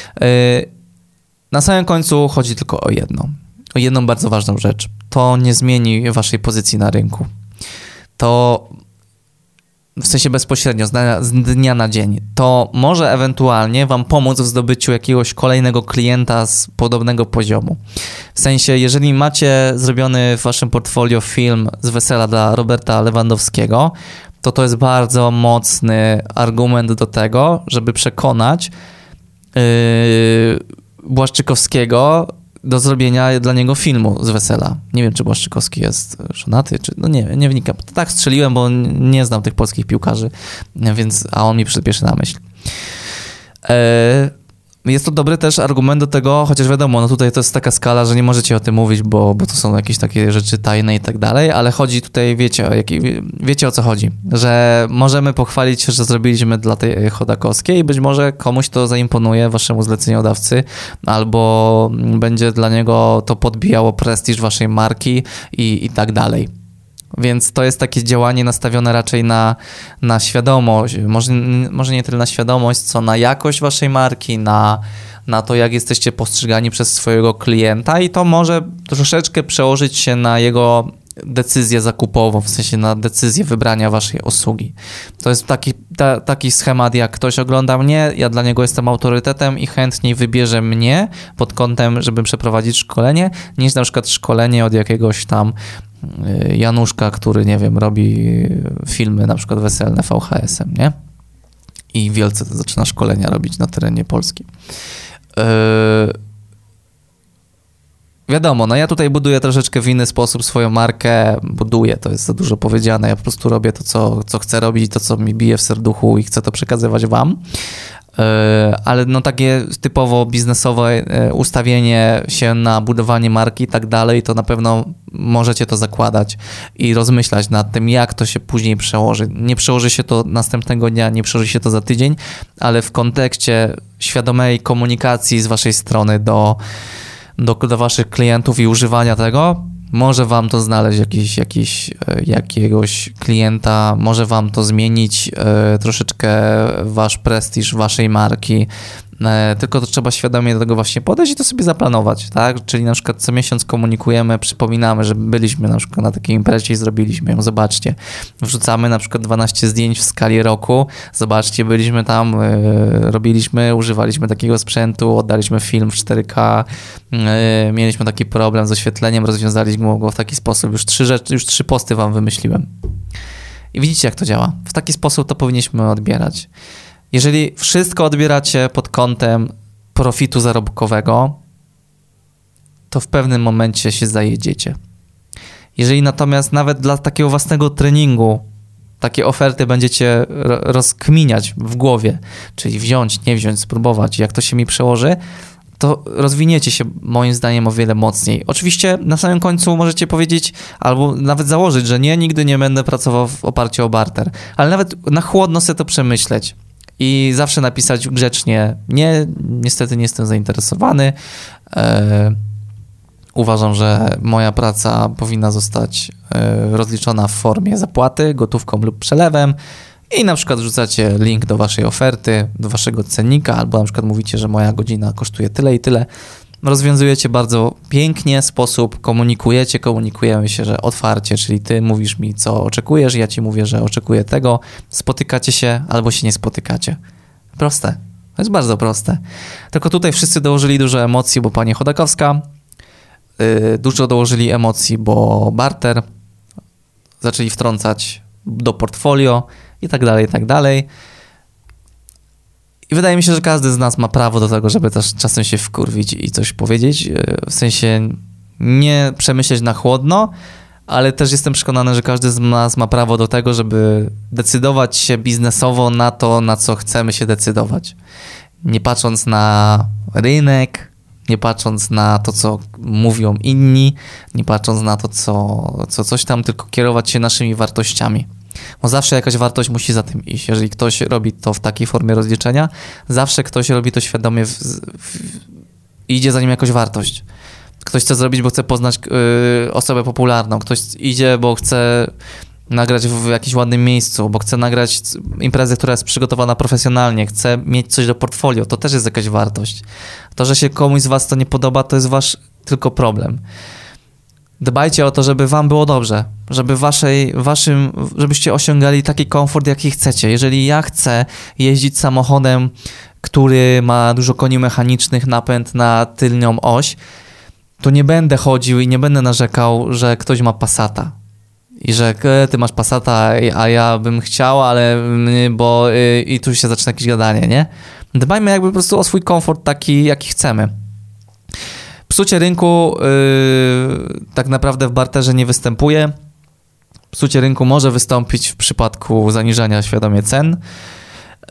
Na samym końcu chodzi tylko o jedno, o jedną bardzo ważną rzecz. To nie zmieni waszej pozycji na rynku. To w sensie bezpośrednio, z dnia, z dnia na dzień. To może ewentualnie wam pomóc w zdobyciu jakiegoś kolejnego klienta z podobnego poziomu. W sensie, jeżeli macie zrobiony w waszym portfolio film z wesela dla Roberta Lewandowskiego, to to jest bardzo mocny argument do tego, żeby przekonać yy, Błaszczykowskiego do zrobienia dla niego filmu z wesela. Nie wiem, czy Błaszczykowski jest żonaty, czy... No nie, nie wnikam. Tak strzeliłem, bo nie znam tych polskich piłkarzy, więc... A on mi przyszedł pierwszy na myśl. E... Jest to dobry też argument do tego, chociaż wiadomo, no tutaj to jest taka skala, że nie możecie o tym mówić, bo, bo to są jakieś takie rzeczy tajne i tak dalej, ale chodzi tutaj, wiecie, jak, wiecie o co chodzi, że możemy pochwalić się, że zrobiliśmy dla tej Chodakowskiej i być może komuś to zaimponuje, waszemu zleceniodawcy, albo będzie dla niego to podbijało prestiż waszej marki i, i tak dalej. Więc to jest takie działanie nastawione raczej na, na świadomość, może, może nie tyle na świadomość, co na jakość waszej marki, na, na to, jak jesteście postrzegani przez swojego klienta i to może troszeczkę przełożyć się na jego decyzję zakupową, w sensie na decyzję wybrania waszej usługi. To jest taki, ta, taki schemat, jak ktoś ogląda mnie, ja dla niego jestem autorytetem i chętniej wybierze mnie pod kątem, żeby przeprowadzić szkolenie, niż na przykład szkolenie od jakiegoś tam Januszka, który, nie wiem, robi filmy na przykład weselne V H S-em, nie? I wielce zaczyna szkolenia robić na terenie Polski. Yy... Wiadomo, no ja tutaj buduję troszeczkę w inny sposób swoją markę, buduję, to jest za dużo powiedziane, ja po prostu robię to, co, co chcę robić, to, co mi bije w serduchu i chcę to przekazywać wam. ale no takie typowo biznesowe ustawienie się na budowanie marki i tak dalej, to na pewno możecie to zakładać i rozmyślać nad tym, jak to się później przełoży. Nie przełoży się to następnego dnia, nie przełoży się to za tydzień, ale w kontekście świadomej komunikacji z waszej strony do, do, do waszych klientów i używania tego, może wam to znaleźć jakiś, jakiś, jakiegoś klienta, może wam to zmienić e, troszeczkę wasz prestiż waszej marki, e, tylko to trzeba świadomie do tego właśnie podejść i to sobie zaplanować, tak? Czyli na przykład co miesiąc komunikujemy, przypominamy, że byliśmy na przykład na takiej imprezie i zrobiliśmy ją, zobaczcie. Wrzucamy na przykład dwanaście zdjęć w skali roku, zobaczcie, byliśmy tam, e, robiliśmy, używaliśmy takiego sprzętu, oddaliśmy film w cztery K, e, mieliśmy taki problem z oświetleniem, rozwiązaliśmy go w taki sposób. Już trzy rzeczy, już trzy posty wam wymyśliłem. I widzicie, jak to działa. W taki sposób to powinniśmy odbierać. Jeżeli wszystko odbieracie pod kątem profitu zarobkowego, to w pewnym momencie się zajedziecie. Jeżeli natomiast nawet dla takiego własnego treningu takie oferty będziecie rozkminiać w głowie, czyli wziąć, nie wziąć, spróbować, jak to się mi przełoży, to rozwiniecie się moim zdaniem o wiele mocniej. Oczywiście na samym końcu możecie powiedzieć albo nawet założyć, że nie, nigdy nie będę pracował w oparciu o barter, ale nawet na chłodno sobie to przemyśleć i zawsze napisać grzecznie, nie, niestety nie jestem zainteresowany, e, uważam, że moja praca powinna zostać e, rozliczona w formie zapłaty, gotówką lub przelewem, i na przykład wrzucacie link do waszej oferty, do waszego cennika, albo na przykład mówicie, że moja godzina kosztuje tyle i tyle. Rozwiązujecie bardzo pięknie sposób, komunikujecie, komunikujemy się, że otwarcie, czyli ty mówisz mi, co oczekujesz, ja ci mówię, że oczekuję tego, spotykacie się albo się nie spotykacie. Proste. To jest bardzo proste. Tylko tutaj wszyscy dołożyli dużo emocji, bo pani Chodakowska, yy, dużo dołożyli emocji, bo barter, zaczęli wtrącać do portfolio, i tak dalej, i tak dalej. I wydaje mi się, że każdy z nas ma prawo do tego, żeby też czasem się wkurwić i coś powiedzieć. W sensie nie przemyśleć na chłodno, ale też jestem przekonany, że każdy z nas ma prawo do tego, żeby decydować się biznesowo na to, na co chcemy się decydować. Nie patrząc na rynek, nie patrząc na to, co mówią inni, nie patrząc na to, co, co coś tam, tylko kierować się naszymi wartościami. Bo zawsze jakaś wartość musi za tym iść. Jeżeli ktoś robi to w takiej formie rozliczenia, zawsze ktoś robi to świadomie, w, w, idzie za nim jakaś wartość. Ktoś chce zrobić, bo chce poznać yy, osobę popularną. Ktoś idzie, bo chce nagrać w jakimś ładnym miejscu, bo chce nagrać imprezę, która jest przygotowana profesjonalnie, chce mieć coś do portfolio. To też jest jakaś wartość. To, że się komuś z was to nie podoba, to jest wasz tylko problem. Dbajcie o to, żeby wam było dobrze, żeby waszej, waszym, żebyście osiągali taki komfort, jaki chcecie. Jeżeli ja chcę jeździć samochodem, który ma dużo koni mechanicznych, napęd na tylnią oś, to nie będę chodził i nie będę narzekał, że ktoś ma Passata. I że ty masz Passata, a ja bym chciał, ale bo i tu się zaczyna jakieś gadanie, nie? Dbajmy jakby po prostu o swój komfort taki, jaki chcemy. Psucie rynku yy, tak naprawdę w barterze nie występuje. Psucie rynku może wystąpić w przypadku zaniżania świadomie cen yy,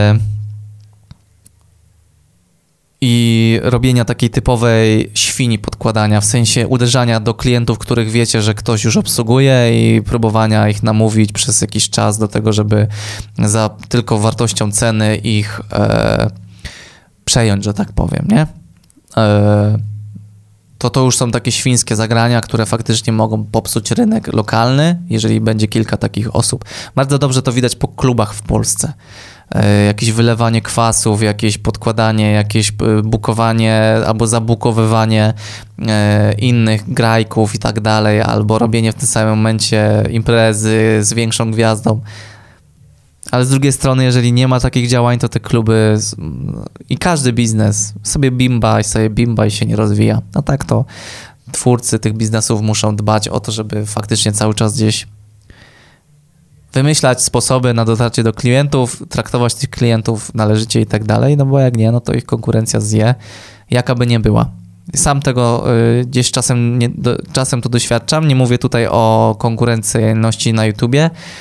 i robienia takiej typowej świni podkładania, w sensie uderzania do klientów, których wiecie, że ktoś już obsługuje i próbowania ich namówić przez jakiś czas do tego, żeby za tylko wartością ceny ich yy, przejąć, że tak powiem, nie? Yy, to to już są takie świńskie zagrania, które faktycznie mogą popsuć rynek lokalny, jeżeli będzie kilka takich osób. Bardzo dobrze to widać po klubach w Polsce. E, jakieś wylewanie kwasów, jakieś podkładanie, jakieś bukowanie albo zabukowywanie e, innych grajków i tak dalej, albo robienie w tym samym momencie imprezy z większą gwiazdą. Ale z drugiej strony, jeżeli nie ma takich działań, to te kluby i każdy biznes sobie bimba i sobie bimba i się nie rozwija. No tak to twórcy tych biznesów muszą dbać o to, żeby faktycznie cały czas gdzieś wymyślać sposoby na dotarcie do klientów, traktować tych klientów należycie i tak dalej, no bo jak nie, no to ich konkurencja zje, jaka by nie była. Sam tego y, gdzieś czasem, nie, do, czasem to doświadczam, nie mówię tutaj o konkurencyjności na YouTubie,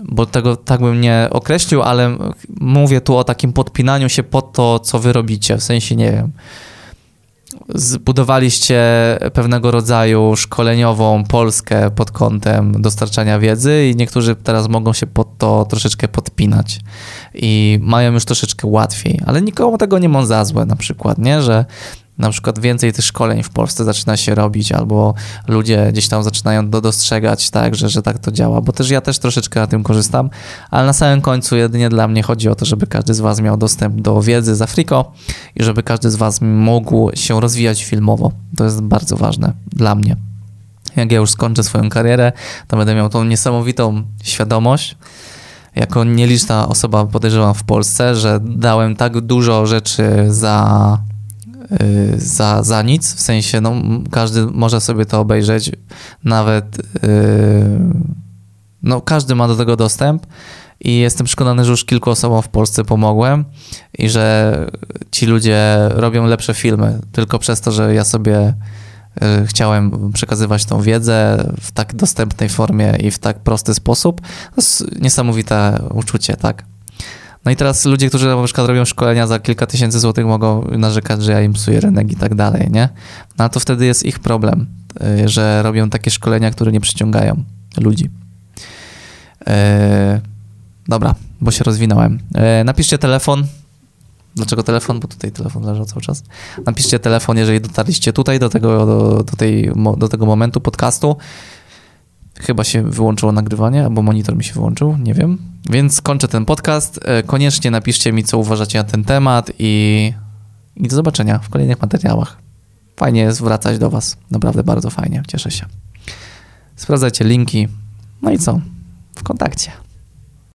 bo tego tak bym nie określił, ale mówię tu o takim podpinaniu się pod to, co wy robicie, w sensie, nie wiem, zbudowaliście pewnego rodzaju szkoleniową Polskę pod kątem dostarczania wiedzy i niektórzy teraz mogą się pod to troszeczkę podpinać i mają już troszeczkę łatwiej, ale nikomu tego nie mam za złe na przykład, nie, że na przykład więcej tych szkoleń w Polsce zaczyna się robić, albo ludzie gdzieś tam zaczynają do, dostrzegać, tak, że, że tak to działa, bo też ja też troszeczkę na tym korzystam, ale na samym końcu jedynie dla mnie chodzi o to, żeby każdy z was miał dostęp do wiedzy z Afriko i żeby każdy z was mógł się rozwijać filmowo. To jest bardzo ważne dla mnie. Jak ja już skończę swoją karierę, to będę miał tą niesamowitą świadomość, jako nieliczna osoba podejrzewam w Polsce, że dałem tak dużo rzeczy za... Za, za nic, w sensie no, każdy może sobie to obejrzeć, nawet yy, no, każdy ma do tego dostęp i jestem przekonany, że już kilku osobom w Polsce pomogłem i że ci ludzie robią lepsze filmy tylko przez to, że ja sobie yy, chciałem przekazywać tą wiedzę w tak dostępnej formie i w tak prosty sposób. To jest niesamowite uczucie, tak? No i teraz ludzie, którzy na przykład robią szkolenia za kilka tysięcy złotych, mogą narzekać, że ja im psuję rynek i tak dalej, nie? No a to wtedy jest ich problem, że robią takie szkolenia, które nie przyciągają ludzi. Eee, dobra, bo się rozwinąłem. Eee, napiszcie telefon. Dlaczego telefon? Bo tutaj telefon leżał cały czas. Napiszcie telefon, jeżeli dotarliście tutaj do tego, do, do, tej, do tego momentu podcastu. Chyba się wyłączyło nagrywanie, albo monitor mi się wyłączył, nie wiem. Więc kończę ten podcast. Koniecznie napiszcie mi, co uważacie na ten temat i, i do zobaczenia w kolejnych materiałach. Fajnie jest wracać do was. Naprawdę bardzo fajnie. Cieszę się. Sprawdzajcie linki. No i co? W kontakcie.